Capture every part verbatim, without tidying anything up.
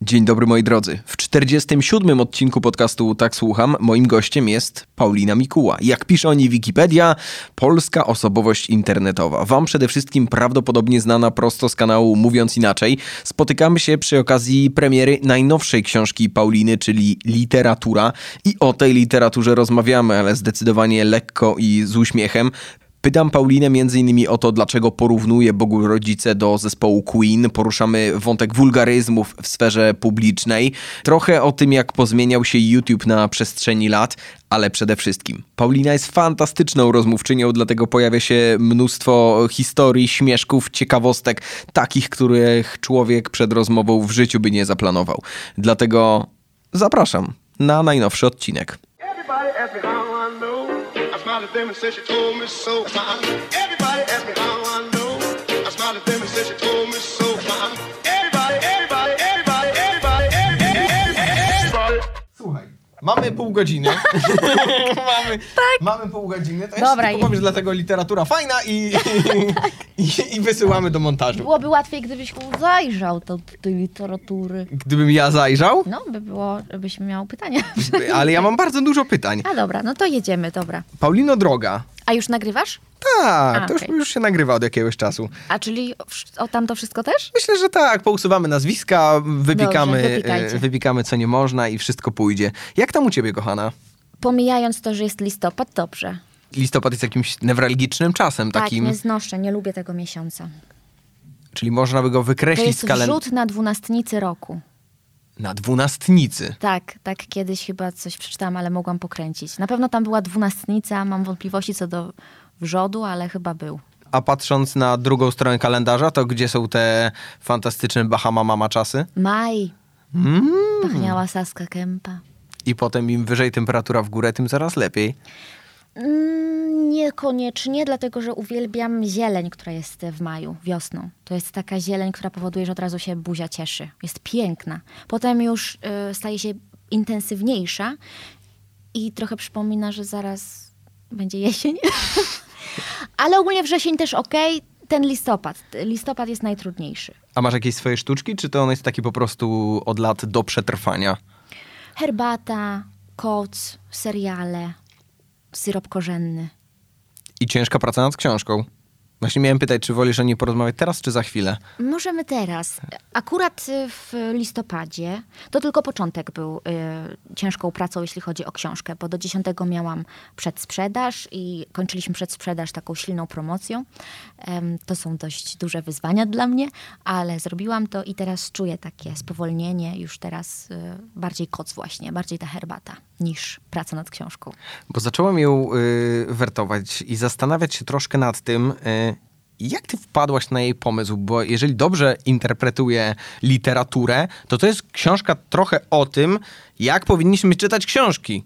Dzień dobry moi drodzy. W czterdziestym siódmym odcinku podcastu Tak Słucham moim gościem jest Paulina Mikuła. Jak pisze o niej Wikipedia, polska osobowość internetowa. Wam przede wszystkim prawdopodobnie znana prosto z kanału Mówiąc Inaczej. Spotykamy się przy okazji premiery najnowszej książki Pauliny, czyli Literatura. I o tej literaturze rozmawiamy, ale zdecydowanie lekko i z uśmiechem. Pytam Paulinę między innymi o to, dlaczego porównuje Bogu Rodzice do zespołu Queen. Poruszamy wątek wulgaryzmów w sferze publicznej. Trochę o tym, jak pozmieniał się YouTube na przestrzeni lat, ale przede wszystkim Paulina jest fantastyczną rozmówczynią, dlatego pojawia się mnóstwo historii, śmieszków, ciekawostek, takich, których człowiek przed rozmową w życiu by nie zaplanował. Dlatego zapraszam na najnowszy odcinek. Smile at them and said she told me so. Everybody asked me how I know. I smiled at them and said she told me so. Everybody, everybody, everybody, everybody, everybody, everybody. Słuchaj, mamy pół godziny. mamy, tak. mamy pół godziny. To Dobra, jeszcze powiesz, dlatego literatura fajna i, i, i wysyłamy do montażu. Byłoby łatwiej, gdybyś zajrzał do tej literatury. Gdybym ja zajrzał? No, by było, żebyś miał pytania. Ale ja mam bardzo dużo pytań. A dobra, no to jedziemy, dobra. Paulino droga. A już nagrywasz? Tak, A, to okay. już, już się nagrywa od jakiegoś czasu. A czyli o tam to wszystko też? Myślę, że tak. Pousuwamy nazwiska, wypikamy, Dobrze, wypikamy co nie można i wszystko pójdzie. Jak tam u ciebie, kochana? Pomijając to, że jest listopad, dobrze. Listopad jest jakimś newralgicznym czasem tak, takim. Tak, nie znoszę, nie lubię tego miesiąca. Czyli można by go wykreślić to jest z kalendarza. wrzut na dwunastnicy roku. Na dwunastnicy? Tak, tak kiedyś chyba coś przeczytałam, ale mogłam pokręcić. Na pewno tam była dwunastnica, mam wątpliwości co do wrzodu, ale chyba był. A patrząc na drugą stronę kalendarza, to gdzie są te fantastyczne Bahama Mama czasy? Maj. Mm. Pachniała Saska Kępa. I potem im wyżej temperatura w górę, tym coraz lepiej. Mm, niekoniecznie, dlatego że uwielbiam zieleń, która jest w maju, wiosną. To jest taka zieleń, która powoduje, że od razu się buzia cieszy. Jest piękna. Potem już y, staje się intensywniejsza i trochę przypomina, że zaraz będzie jesień. Ale ogólnie wrzesień też okej. Ten listopad. Listopad jest najtrudniejszy. A masz jakieś swoje sztuczki, czy to on jest taki po prostu od lat do przetrwania? Herbata, koc, seriale, syrop korzenny. I ciężka praca nad książką. Właśnie miałem pytać, czy wolisz o niej porozmawiać teraz, czy za chwilę? Możemy teraz. Akurat w listopadzie, to tylko początek był y, ciężką pracą, jeśli chodzi o książkę, bo do dziesiątego miałam przedsprzedaż i kończyliśmy przedsprzedaż taką silną promocją. Ym, to są dość duże wyzwania dla mnie, ale zrobiłam to i teraz czuję takie spowolnienie, już teraz y, bardziej koc właśnie, bardziej ta herbata niż praca nad książką. Bo zacząłem ją y, wertować i zastanawiać się troszkę nad tym, y, jak ty wpadłaś na jej pomysł, bo jeżeli dobrze interpretuję literaturę, to to jest książka trochę o tym, jak powinniśmy czytać książki.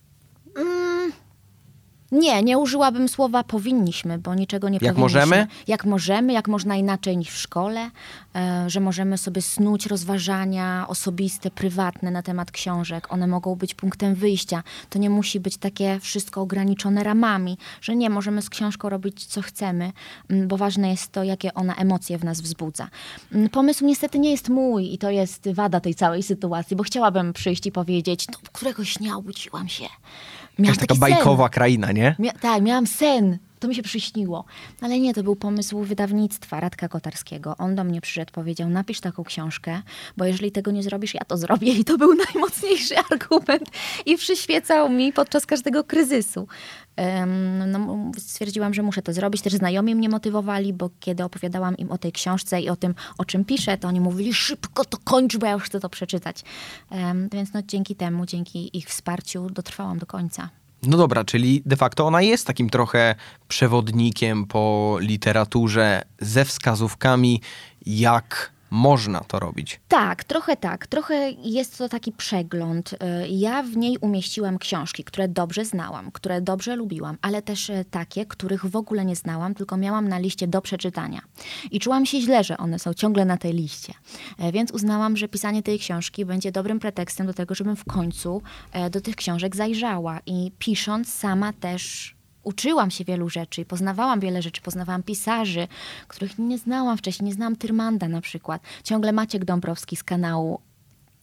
Mm, nie, nie użyłabym słowa powinniśmy, bo niczego nie jak powinniśmy. Możemy? Jak możemy? Jak można inaczej niż w szkole? E, że możemy sobie snuć rozważania osobiste, prywatne na temat książek. One mogą być punktem wyjścia. To nie musi być takie wszystko ograniczone ramami, że nie, możemy z książką robić co chcemy, bo ważne jest to, jakie ona emocje w nas wzbudza. Pomysł niestety nie jest mój i to jest wada tej całej sytuacji, bo chciałabym przyjść i powiedzieć, no któregoś dnia obudziłam się. Miałam Jakaś taka taki bajkowa sen. kraina, nie? Mia- tak, miałam sen. To mi się przyśniło. Ale nie, to był pomysł wydawnictwa Radka Kotarskiego. On do mnie przyszedł, powiedział, napisz taką książkę, bo jeżeli tego nie zrobisz, ja to zrobię. I to był najmocniejszy argument. I przyświecał mi podczas każdego kryzysu. Um, no, stwierdziłam, że muszę to zrobić. Też znajomi mnie motywowali, bo kiedy opowiadałam im o tej książce i o tym, o czym piszę, to oni mówili, szybko to kończ, bo ja już chcę to przeczytać. Um, więc no, dzięki temu, dzięki ich wsparciu dotrwałam do końca. No dobra, czyli de facto ona jest takim trochę przewodnikiem po literaturze ze wskazówkami, jak można to robić. Tak, trochę tak. Trochę jest to taki przegląd. Ja w niej umieściłam książki, które dobrze znałam, które dobrze lubiłam, ale też takie, których w ogóle nie znałam, tylko miałam na liście do przeczytania. I czułam się źle, że one są ciągle na tej liście. Więc uznałam, że pisanie tej książki będzie dobrym pretekstem do tego, żebym w końcu do tych książek zajrzała. I pisząc sama też uczyłam się wielu rzeczy, poznawałam wiele rzeczy, poznawałam pisarzy, których nie znałam wcześniej, nie znałam Tyrmanda na przykład. Ciągle Maciek Dąbrowski z kanału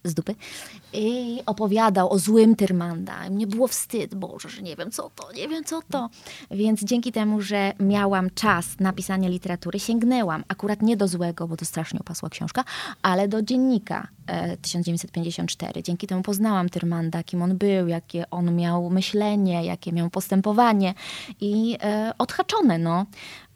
z dupy i opowiadał o złym Tyrmanda. I mnie było wstyd, Boże, że nie wiem co to, nie wiem co to. Więc dzięki temu, że miałam czas na pisanie literatury, sięgnęłam akurat nie do złego, bo to strasznie opasła książka, ale do dziennika e, tysiąc dziewięćset pięćdziesiąt cztery. Dzięki temu poznałam Tyrmanda, kim on był, jakie on miał myślenie, jakie miał postępowanie i e, odhaczone, no.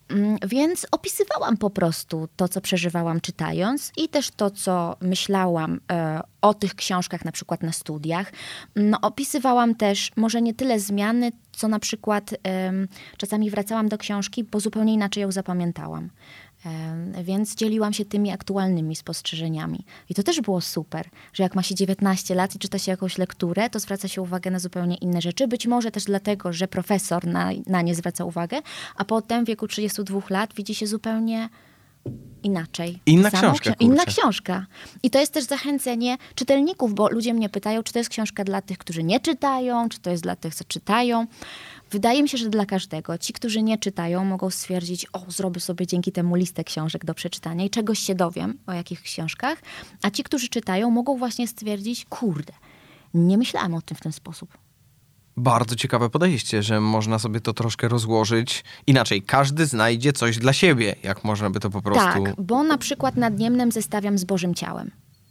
Więc opisywałam po prostu to, co przeżywałam czytając i też to, co myślałam e, o tych książkach na przykład na studiach. No, opisywałam też może nie tyle zmiany, co na przykład e, czasami wracałam do książki, bo zupełnie inaczej ją zapamiętałam. E, więc dzieliłam się tymi aktualnymi spostrzeżeniami. I to też było super, że jak ma się dziewiętnaście lat i czyta się jakąś lekturę, to zwraca się uwagę na zupełnie inne rzeczy. Być może też dlatego, że profesor na, na nie zwraca uwagę, a potem w wieku trzydziestu dwóch lat widzi się zupełnie inaczej. Inna Samą książka. Ksi- inna książka. I to jest też zachęcenie czytelników, bo ludzie mnie pytają, czy to jest książka dla tych, którzy nie czytają, czy to jest dla tych, co czytają. Wydaje mi się, że dla każdego. Ci, którzy nie czytają, mogą stwierdzić, o, zrobię sobie dzięki temu listę książek do przeczytania i czegoś się dowiem, o jakich książkach. A ci, którzy czytają, mogą właśnie stwierdzić, kurde, nie myślałam o tym w ten sposób. Bardzo ciekawe podejście, że można sobie to troszkę rozłożyć. Inaczej, każdy znajdzie coś dla siebie, jak można by to po prostu... Tak, bo na przykład Nadniemnem zestawiam z Bożym Ciałem.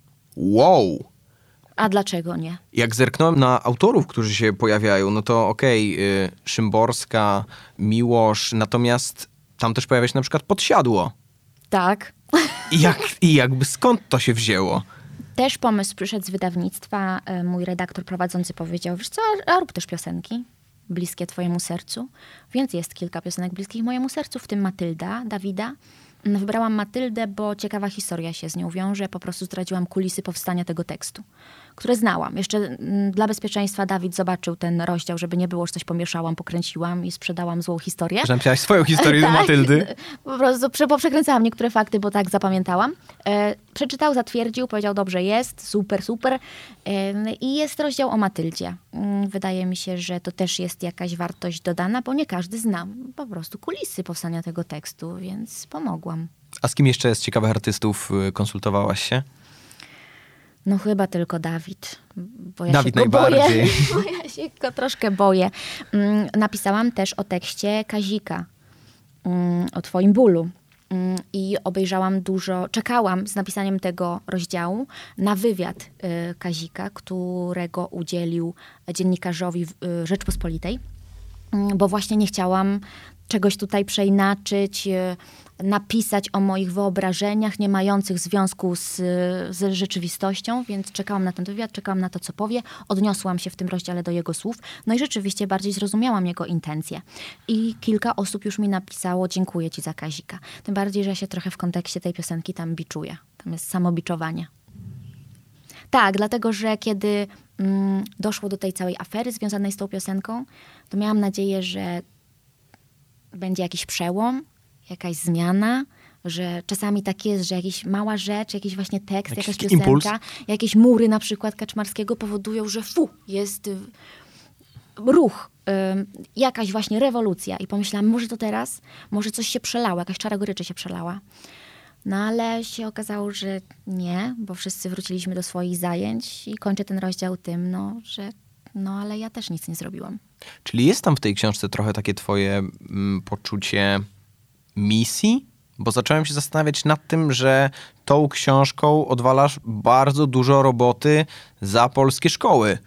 Wow! A dlaczego nie? Jak zerknąłem na autorów, którzy się pojawiają, no to okej, okay, Szymborska, Miłosz, natomiast tam też pojawia się na przykład Podsiadło. Tak. I, jak, i jakby skąd to się wzięło? Też pomysł przyszedł z wydawnictwa. Mój redaktor prowadzący powiedział, wiesz co, a rób też piosenki bliskie twojemu sercu. Więc jest kilka piosenek bliskich mojemu sercu, w tym Matylda, Dawida. Wybrałam Matyldę, bo ciekawa historia się z nią wiąże. Po prostu zdradziłam kulisy powstania tego tekstu, które znałam. Jeszcze m, dla bezpieczeństwa Dawid zobaczył ten rozdział, żeby nie było, że coś pomieszałam, pokręciłam i sprzedałam złą historię. Że napisałaś swoją historię do Matyldy. Po prostu prze, poprzekręcałam niektóre fakty, bo tak zapamiętałam. E, przeczytał, zatwierdził, powiedział, dobrze jest, super, super. E, I jest rozdział o Matyldzie. E, wydaje mi się, że to też jest jakaś wartość dodana, bo nie każdy zna po prostu kulisy powstania tego tekstu, więc pomogłam. A z kim jeszcze z ciekawych artystów konsultowałaś się? No chyba tylko Dawid. Bo ja Dawid się go najbardziej. Boję, bo ja się go troszkę boję. Mm, napisałam też o tekście Kazika. Mm, o twoim bólu. Mm, I obejrzałam dużo, czekałam z napisaniem tego rozdziału na wywiad y, Kazika, którego udzielił dziennikarzowi w, y, Rzeczpospolitej. Y, bo właśnie nie chciałam czegoś tutaj przeinaczyć, y, napisać o moich wyobrażeniach nie mających związku z, z rzeczywistością, więc czekałam na ten wywiad, czekałam na to, co powie. Odniosłam się w tym rozdziale do jego słów. No i rzeczywiście bardziej zrozumiałam jego intencje. I kilka osób już mi napisało, dziękuję ci za Kazika. Tym bardziej, że ja się trochę w kontekście tej piosenki tam biczuję. Tam jest samobiczowanie. Tak, dlatego, że kiedy mm, doszło do tej całej afery związanej z tą piosenką, to miałam nadzieję, że będzie jakiś przełom, jakaś zmiana, że czasami tak jest, że jakaś mała rzecz, jakiś właśnie tekst, jakiś jakaś piosenka, impuls. jakieś mury na przykład Kaczmarskiego powodują, że fu, jest y, ruch, y, jakaś właśnie rewolucja. I pomyślałam, może to teraz, może coś się przelało, jakaś czara goryczy się przelała. No ale się okazało, że nie, bo wszyscy wróciliśmy do swoich zajęć i kończę ten rozdział tym, no, że no ale ja też nic nie zrobiłam. Czyli jest tam w tej książce trochę takie twoje mm, poczucie misji? Bo zacząłem się zastanawiać nad tym, że tą książką odwalasz bardzo dużo roboty za polskie szkoły.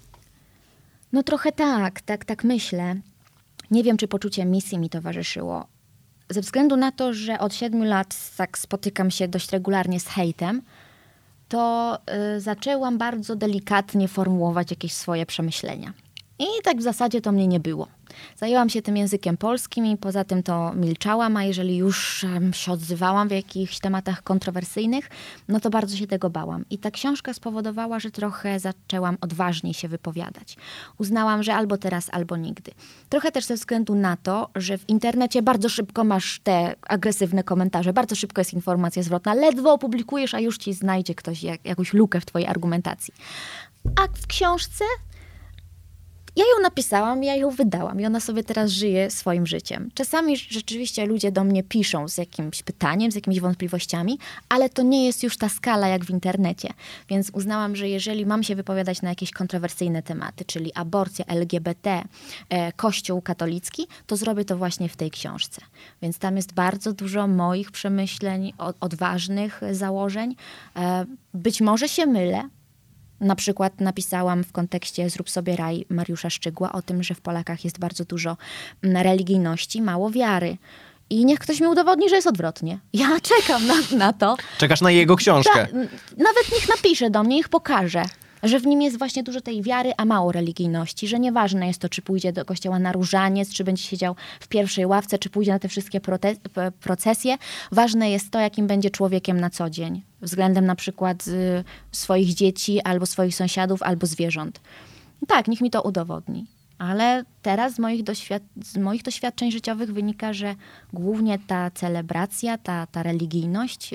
No trochę tak, tak, tak myślę. Nie wiem, czy poczucie misji mi towarzyszyło. Ze względu na to, że od siedmiu lat tak spotykam się dość regularnie z hejtem, to y, zaczęłam bardzo delikatnie formułować jakieś swoje przemyślenia. I tak w zasadzie to mnie nie było. Zajęłam się tym językiem polskim i poza tym to milczałam, a jeżeli już um, się odzywałam w jakichś tematach kontrowersyjnych, no to bardzo się tego bałam. I ta książka spowodowała, że trochę zaczęłam odważniej się wypowiadać. Uznałam, że albo teraz, albo nigdy. Trochę też ze względu na to, że w internecie bardzo szybko masz te agresywne komentarze, bardzo szybko jest informacja zwrotna, ledwo opublikujesz, a już ci znajdzie ktoś jak, jakąś lukę w twojej argumentacji. A w książce ja ją napisałam, ja ją wydałam i ona sobie teraz żyje swoim życiem. Czasami rzeczywiście ludzie do mnie piszą z jakimś pytaniem, z jakimiś wątpliwościami, ale to nie jest już ta skala jak w internecie. Więc uznałam, że jeżeli mam się wypowiadać na jakieś kontrowersyjne tematy, czyli aborcja, L G B T, e, Kościół katolicki, to zrobię to właśnie w tej książce. Więc tam jest bardzo dużo moich przemyśleń, od, odważnych założeń. E, być może się mylę. Na przykład napisałam w kontekście Zrób sobie raj Mariusza Szczygła o tym, że w Polakach jest bardzo dużo religijności, mało wiary. I niech ktoś mi udowodni, że jest odwrotnie. Ja czekam na, na to. Czekasz na jego książkę. Ta, nawet niech napisze do mnie, niech pokaże, że w nim jest właśnie dużo tej wiary, a mało religijności. Że nieważne jest to, czy pójdzie do kościoła na różaniec, czy będzie siedział w pierwszej ławce, czy pójdzie na te wszystkie prote- procesje. Ważne jest to, jakim będzie człowiekiem na co dzień. Względem na przykład y, swoich dzieci, albo swoich sąsiadów, albo zwierząt. Tak, niech mi to udowodni. Ale teraz z moich, doświad- z moich doświadczeń życiowych wynika, że głównie ta celebracja, ta, ta religijność y,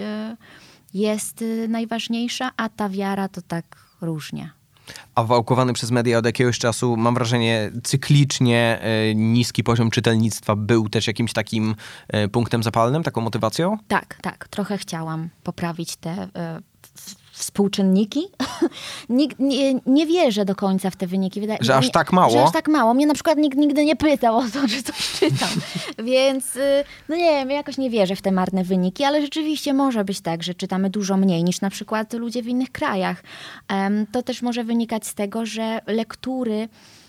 jest y, najważniejsza, a ta wiara to tak różnie. A wałkowany przez media od jakiegoś czasu, mam wrażenie, cyklicznie y, niski poziom czytelnictwa był też jakimś takim y, punktem zapalnym, taką motywacją? Tak, tak. Trochę chciałam poprawić te y, w, współczynniki. Nikt nie, nie wierzę do końca w te wyniki. Wydaje, że aż nie, tak mało? Że aż tak mało. Mnie na przykład nikt nigdy nie pytał o to, czy coś czytam. Więc, y, no nie wiem, jakoś nie wierzę w te marne wyniki, ale rzeczywiście może być tak, że czytamy dużo mniej niż na przykład ludzie w innych krajach. Um, to też może wynikać z tego, że lektury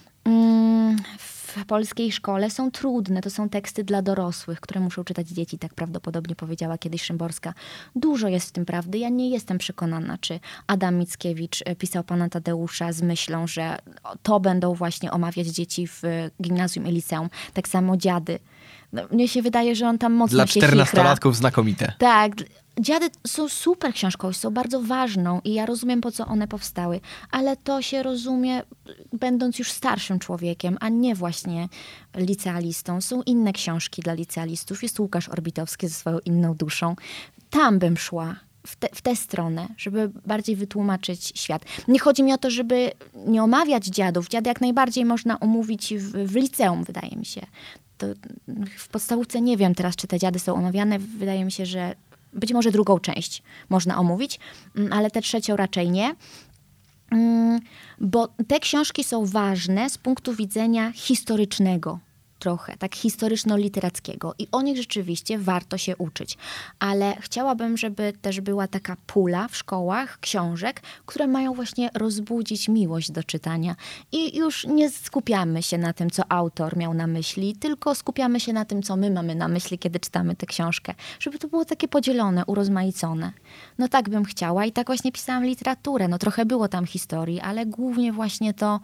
um, w polskiej szkole są trudne. To są teksty dla dorosłych, które muszą czytać dzieci, tak prawdopodobnie powiedziała kiedyś Szymborska. Dużo jest w tym prawdy. Ja nie jestem przekonana, czy Adam Mickiewicz pisał Pana Tadeusza z myślą, że to będą właśnie omawiać dzieci w gimnazjum i liceum. Tak samo Dziady. No, mnie się wydaje, że on tam mocno Dla się chichra. czternastolatków znakomite. Tak. Dziady są super książką, są bardzo ważną i ja rozumiem, po co one powstały, ale to się rozumie, będąc już starszym człowiekiem, a nie właśnie licealistą. Są inne książki dla licealistów. Jest Łukasz Orbitowski ze swoją Inną duszą. Tam bym szła. W, te, w tę stronę, żeby bardziej wytłumaczyć świat. Nie chodzi mi o to, żeby nie omawiać dziadów. Dziady jak najbardziej można omówić w, w liceum, wydaje mi się. To w podstawówce nie wiem teraz, czy te dziady są omawiane. Wydaje mi się, że być może drugą część można omówić, ale tę trzecią raczej nie. Bo te książki są ważne z punktu widzenia historycznego. Trochę, tak historyczno-literackiego. I o nich rzeczywiście warto się uczyć. Ale chciałabym, żeby też była taka pula w szkołach książek, które mają właśnie rozbudzić miłość do czytania. I już nie skupiamy się na tym, co autor miał na myśli, tylko skupiamy się na tym, co my mamy na myśli, kiedy czytamy tę książkę. Żeby to było takie podzielone, urozmaicone. No tak bym chciała i tak właśnie pisałam literaturę. No trochę było tam historii, ale głównie właśnie to...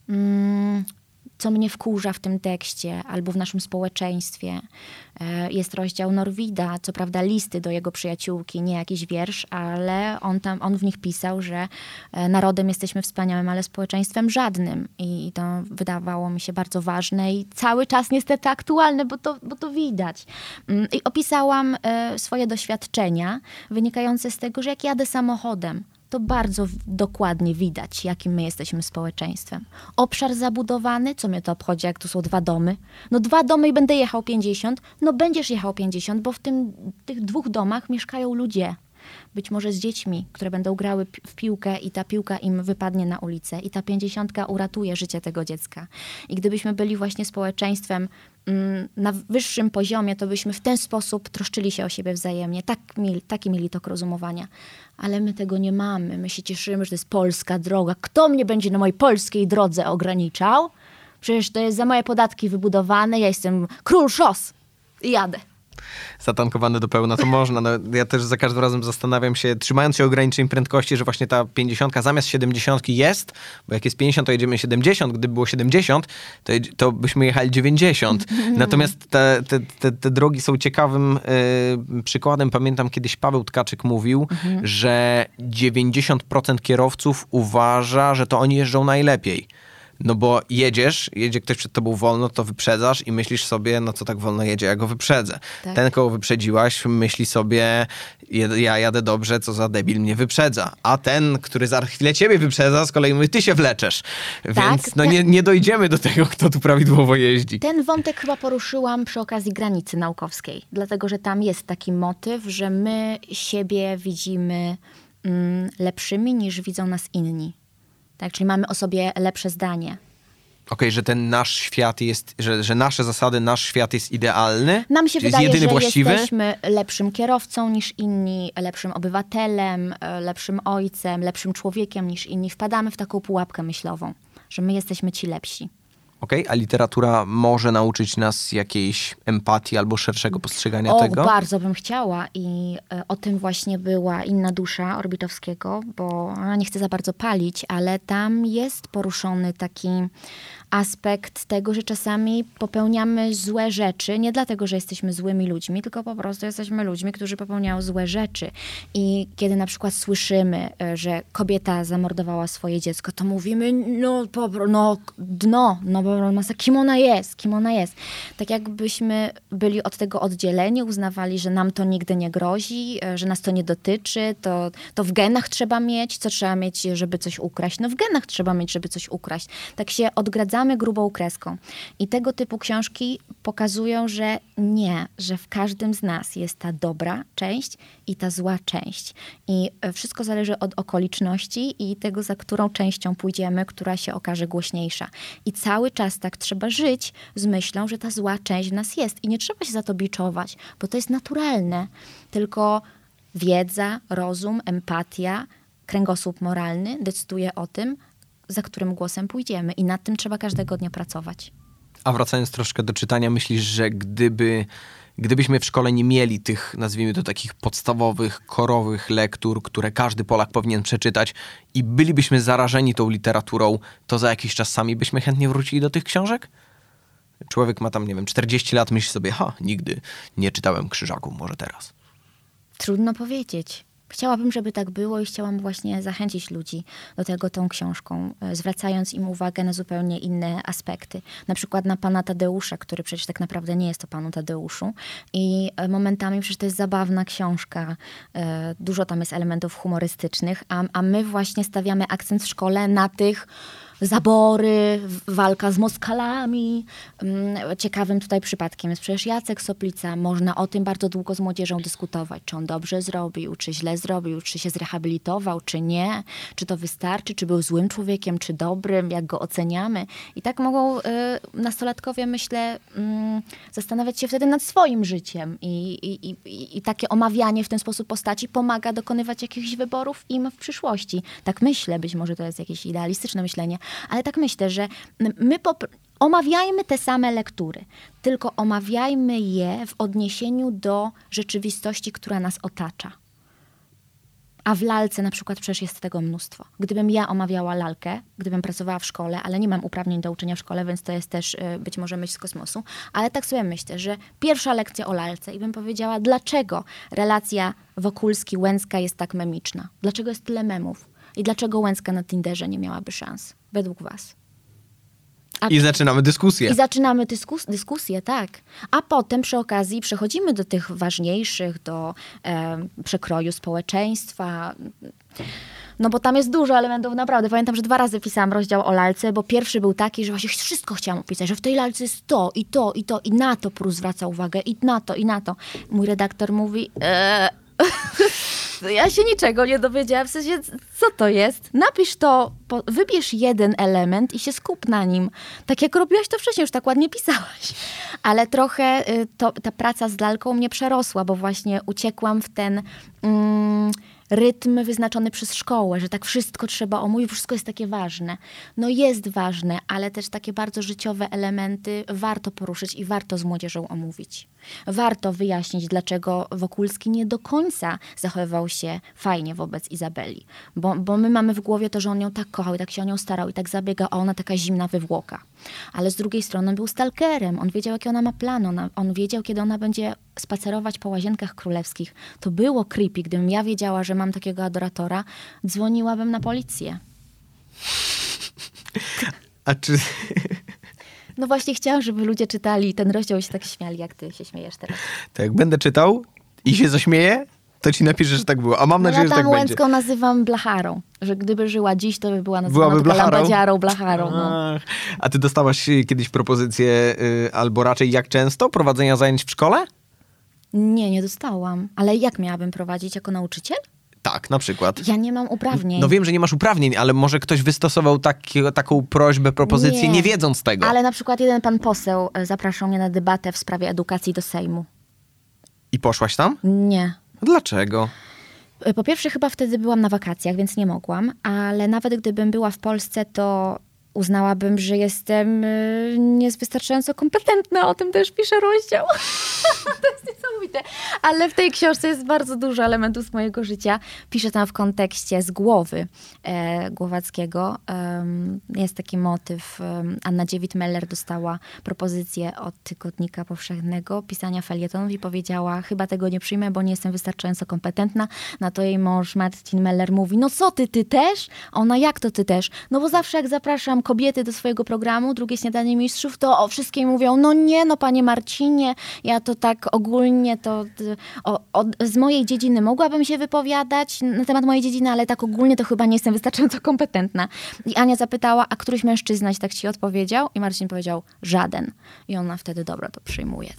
Mm, co mnie wkurza w tym tekście albo w naszym społeczeństwie. Jest rozdział Norwida, co prawda listy do jego przyjaciółki, nie jakiś wiersz, ale on tam, on w nich pisał, że narodem jesteśmy wspaniałym, ale społeczeństwem żadnym. I to wydawało mi się bardzo ważne i cały czas niestety aktualne, bo to, bo to widać. I opisałam swoje doświadczenia wynikające z tego, że jak jadę samochodem, to bardzo dokładnie widać, jakim my jesteśmy społeczeństwem. Obszar zabudowany, co mnie to obchodzi, jak tu są dwa domy? No dwa domy i będę jechał pięćdziesiąt. No będziesz jechał pięćdziesiąt, bo w tym, tych dwóch domach mieszkają ludzie. Być może z dziećmi, które będą grały w piłkę i ta piłka im wypadnie na ulicę i ta pięćdziesiątka uratuje życie tego dziecka. I gdybyśmy byli właśnie społeczeństwem mm, na wyższym poziomie, to byśmy w ten sposób troszczyli się o siebie wzajemnie. Tak mieli, takie mieli tok rozumowania. Ale my tego nie mamy. My się cieszymy, że to jest polska droga. Kto mnie będzie na mojej polskiej drodze ograniczał? Przecież to jest za moje podatki wybudowane. Ja jestem król szos i jadę. Zatankowane do pełna, to można. No, ja też za każdym razem zastanawiam się, trzymając się ograniczeń prędkości, że właśnie ta pięćdziesiątka zamiast siedemdziesiątki jest, bo jak jest pięćdziesiąt, to jedziemy siedemdziesiąt. Gdyby było siedemdziesiąt, to, to byśmy jechali dziewięćdziesiąt. Natomiast te, te, te, te drogi są ciekawym y, przykładem. Pamiętam, kiedyś Paweł Tkaczyk mówił, mhm. że dziewięćdziesiąt procent kierowców uważa, że to oni jeżdżą najlepiej. No bo jedziesz, jedzie ktoś przed tobą wolno, to wyprzedzasz i myślisz sobie, no co tak wolno jedzie, ja go wyprzedzę. Tak. Ten, kogo wyprzedziłaś, myśli sobie, ja jadę dobrze, co za debil mnie wyprzedza. A ten, który za chwilę ciebie wyprzedza, z kolei mówi, ty się wleczesz. Tak, Więc no ten... nie, nie dojdziemy do tego, kto tu prawidłowo jeździ. Ten wątek chyba poruszyłam przy okazji granicy naukowskiej, dlatego że tam jest taki motyw, że my siebie widzimy mm, lepszymi niż widzą nas inni. Tak, czyli mamy o sobie lepsze zdanie. Okej, okay, że ten nasz świat jest, że, że nasze zasady, nasz świat jest idealny? Nam się jest wydaje, jedyny że właściwy? jesteśmy lepszym kierowcą niż inni, lepszym obywatelem, lepszym ojcem, lepszym człowiekiem niż inni. Wpadamy w taką pułapkę myślową, że my jesteśmy ci lepsi. Okej, okay, a literatura może nauczyć nas jakiejś empatii albo szerszego postrzegania o, tego? Bardzo bym chciała i y, o tym właśnie była Inna dusza Orbitowskiego, bo ona nie chce za bardzo palić, ale tam jest poruszony taki aspekt tego, że czasami popełniamy złe rzeczy, nie dlatego, że jesteśmy złymi ludźmi, tylko po prostu jesteśmy ludźmi, którzy popełniają złe rzeczy. I kiedy na przykład słyszymy, że kobieta zamordowała swoje dziecko, to mówimy, no, no dno, no bo kim ona jest, kim ona jest. Tak jakbyśmy byli od tego oddzieleni, uznawali, że nam to nigdy nie grozi, że nas to nie dotyczy, to, to w genach trzeba mieć, co trzeba mieć, żeby coś ukraść. No w genach trzeba mieć, żeby coś ukraść. Tak się odgradzamy grubą kreską. I tego typu książki pokazują, że nie, że w każdym z nas jest ta dobra część i ta zła część. I wszystko zależy od okoliczności i tego, za którą częścią pójdziemy, która się okaże głośniejsza. I cały czas tak trzeba żyć z myślą, że ta zła część w nas jest. I nie trzeba się za to biczować, bo to jest naturalne. Tylko wiedza, rozum, empatia, kręgosłup moralny decyduje o tym, za którym głosem pójdziemy. I nad tym trzeba każdego dnia pracować. A wracając troszkę do czytania, myślisz, że gdyby, gdybyśmy w szkole nie mieli tych, nazwijmy to, takich podstawowych, korowych lektur, które każdy Polak powinien przeczytać i bylibyśmy zarażeni tą literaturą, to za jakiś czas sami byśmy chętnie wrócili do tych książek? Człowiek ma tam, nie wiem, czterdzieści lat, myśli sobie, ha, nigdy nie czytałem Krzyżaków, może teraz. Trudno powiedzieć. Chciałabym, żeby tak było i chciałam właśnie zachęcić ludzi do tego tą książką, zwracając im uwagę na zupełnie inne aspekty. Na przykład na pana Tadeusza, który przecież tak naprawdę nie jest o panu Tadeuszu. I momentami przecież to jest zabawna książka. Dużo tam jest elementów humorystycznych, a, a my właśnie stawiamy akcent w szkole na tych zabory, walka z Moskalami. Ciekawym tutaj przypadkiem jest przecież Jacek Soplica. Można o tym bardzo długo z młodzieżą dyskutować, czy on dobrze zrobił, czy źle zrobił, czy się zrehabilitował, czy nie, czy to wystarczy, czy był złym człowiekiem, czy dobrym, jak go oceniamy. I tak mogą y, nastolatkowie, myślę, y, zastanawiać się wtedy nad swoim życiem. I, i, i, I takie omawianie w ten sposób postaci pomaga dokonywać jakichś wyborów im w przyszłości. Tak myślę, być może to jest jakieś idealistyczne myślenie, ale tak myślę, że my pop- omawiajmy te same lektury, tylko omawiajmy je w odniesieniu do rzeczywistości, która nas otacza. A w lalce na przykład przecież jest tego mnóstwo. Gdybym ja omawiała lalkę, gdybym pracowała w szkole, ale nie mam uprawnień do uczenia w szkole, więc to jest też y, być może myśl z kosmosu, ale tak sobie myślę, że pierwsza lekcja o lalce i bym powiedziała, dlaczego relacja Wokulski-Łęcka jest tak memiczna? Dlaczego jest tyle memów? I dlaczego Łęcka na Tinderze nie miałaby szans? Według was. A I zaczynamy dyskusję. I zaczynamy dyskus- dyskusję, tak. A potem przy okazji przechodzimy do tych ważniejszych, do e, przekroju społeczeństwa. No bo tam jest dużo elementów, naprawdę. Pamiętam, że dwa razy pisałam rozdział o lalce, bo pierwszy był taki, że właśnie wszystko chciałam opisać, że w tej lalce jest to i to i to i na to Prus zwraca uwagę i na to i na to. Mój redaktor mówi... Eee, ja się niczego nie dowiedziałam, w sensie, co to jest? Napisz to, po, wybierz jeden element i się skup na nim. Tak jak robiłaś to wcześniej, już tak ładnie pisałaś. Ale trochę y, to, ta praca z lalką mnie przerosła, bo właśnie uciekłam w ten... Mm, rytm wyznaczony przez szkołę, że tak wszystko trzeba omówić, wszystko jest takie ważne. No jest ważne, ale też takie bardzo życiowe elementy warto poruszyć i warto z młodzieżą omówić. Warto wyjaśnić, dlaczego Wokulski nie do końca zachowywał się fajnie wobec Izabeli. Bo, bo my mamy w głowie to, że on ją tak kochał i tak się o nią starał i tak zabiegał, a ona taka zimna wywłoka. Ale z drugiej strony on był stalkerem. On wiedział, jaki ona ma plan. Ona, on wiedział, kiedy ona będzie spacerować po łazienkach królewskich. To było creepy. Gdybym ja wiedziała, że mam takiego adoratora, dzwoniłabym na policję. A czy... No właśnie chciałam, żeby ludzie czytali ten rozdział i się tak śmiali, jak ty się śmiejesz teraz. To jak będę czytał i się zaśmieję, to ci napiszę, że tak było. A mam No nadzieję, ja że tak tam będzie. Łęcką nazywam blacharą. Że gdyby żyła dziś, to by była nazywana Byłaby tylko blacharą? lambadziarą, blacharą. No. Ach, a ty dostałaś kiedyś propozycję, y, albo raczej jak często, prowadzenia zajęć w szkole? Nie, nie dostałam. Ale jak miałabym prowadzić jako nauczyciel? Tak, na przykład. Ja nie mam uprawnień. No wiem, że nie masz uprawnień, ale może ktoś wystosował taki, taką prośbę, propozycję, nie. nie wiedząc tego. Ale na przykład jeden pan poseł zapraszał mnie na debatę w sprawie edukacji do Sejmu. I poszłaś tam? Nie. Dlaczego? Po pierwsze, chyba wtedy byłam na wakacjach, więc nie mogłam, ale nawet gdybym była w Polsce, to uznałabym, że jestem y, niewystarczająco kompetentna. O tym też piszę rozdział. To jest niesamowite. Ale w tej książce jest bardzo dużo elementów z mojego życia. Piszę tam w kontekście z głowy e, Głowackiego. Um, jest taki motyw. Um, Anna Dziewit-Meller dostała propozycję od Tygodnika Powszechnego pisania felietonów i powiedziała, chyba tego nie przyjmę, bo nie jestem wystarczająco kompetentna. Na to jej mąż Marcin Meller mówi, no co ty, ty też? A ona, jak to ty też? No bo zawsze jak zapraszam kobiety do swojego programu, drugie śniadanie mistrzów, to o wszystkie mówią, no nie, no panie Marcinie, ja to tak ogólnie, to o, o, z mojej dziedziny mogłabym się wypowiadać na temat mojej dziedziny, ale tak ogólnie to chyba nie jestem wystarczająco kompetentna. I Ania zapytała, a któryś mężczyzna ci tak ci odpowiedział? I Marcin powiedział, żaden. I ona wtedy, dobra, to przyjmuje.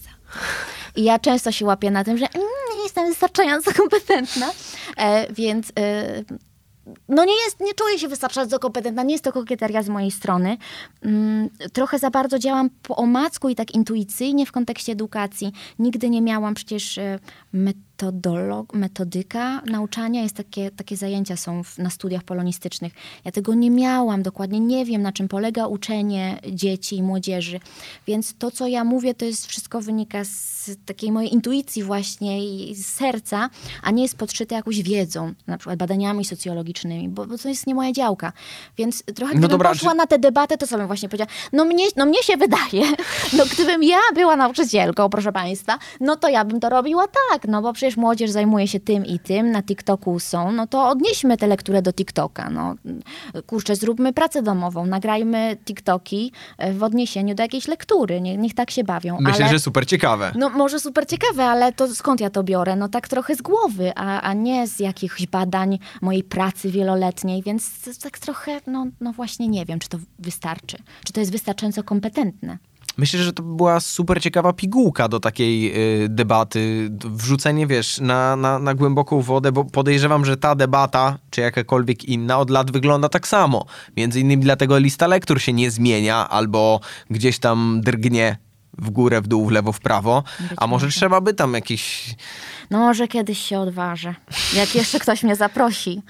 I ja często się łapię na tym, że mm, nie jestem wystarczająco kompetentna, e, więc... E, No nie jest, nie czuję się wystarczająco kompetentna, nie jest to kokieteria z mojej strony. Mm, trochę za bardzo działam po omacku i tak intuicyjnie w kontekście edukacji. Nigdy nie miałam przecież metodolog, metodyka nauczania. Jest takie, takie zajęcia są w, na studiach polonistycznych. Ja tego nie miałam, dokładnie nie wiem, na czym polega uczenie dzieci i młodzieży. Więc to, co ja mówię, to jest wszystko wynika z takiej mojej intuicji właśnie i z serca, a nie jest podszyte jakąś wiedzą, na przykład badaniami socjologicznymi, bo, bo to jest nie moja działka. Więc trochę gdybym no dobra, poszła czy... na tę debatę, to co bym właśnie powiedziała, no mnie, no mnie się wydaje, no gdybym ja była nauczycielką, proszę państwa, no to ja bym to robiła tak, no bo przecież młodzież zajmuje się tym i tym, na TikToku są, no to odnieśmy tę lekturę do TikToka, no kurczę, zróbmy pracę domową, nagrajmy TikToki w odniesieniu do jakiejś lektury, niech, niech tak się bawią. Myślę, ale, że super ciekawe. No może super ciekawe, ale to skąd ja to biorę? No tak trochę z głowy, a, a nie z jakichś badań mojej pracy wieloletniej, więc tak trochę, no, no właśnie nie wiem, czy to wystarczy, czy to jest wystarczająco kompetentne. Myślę, że to była super ciekawa pigułka do takiej y, debaty. Wrzucenie, wiesz, na, na, na głęboką wodę, bo podejrzewam, że ta debata, czy jakakolwiek inna, od lat wygląda tak samo. Między innymi dlatego lista lektur się nie zmienia, albo gdzieś tam drgnie w górę, w dół, w lewo, w prawo. Być a może, może trzeba by tam jakiś... No może kiedyś się odważę. Jak jeszcze ktoś mnie zaprosi.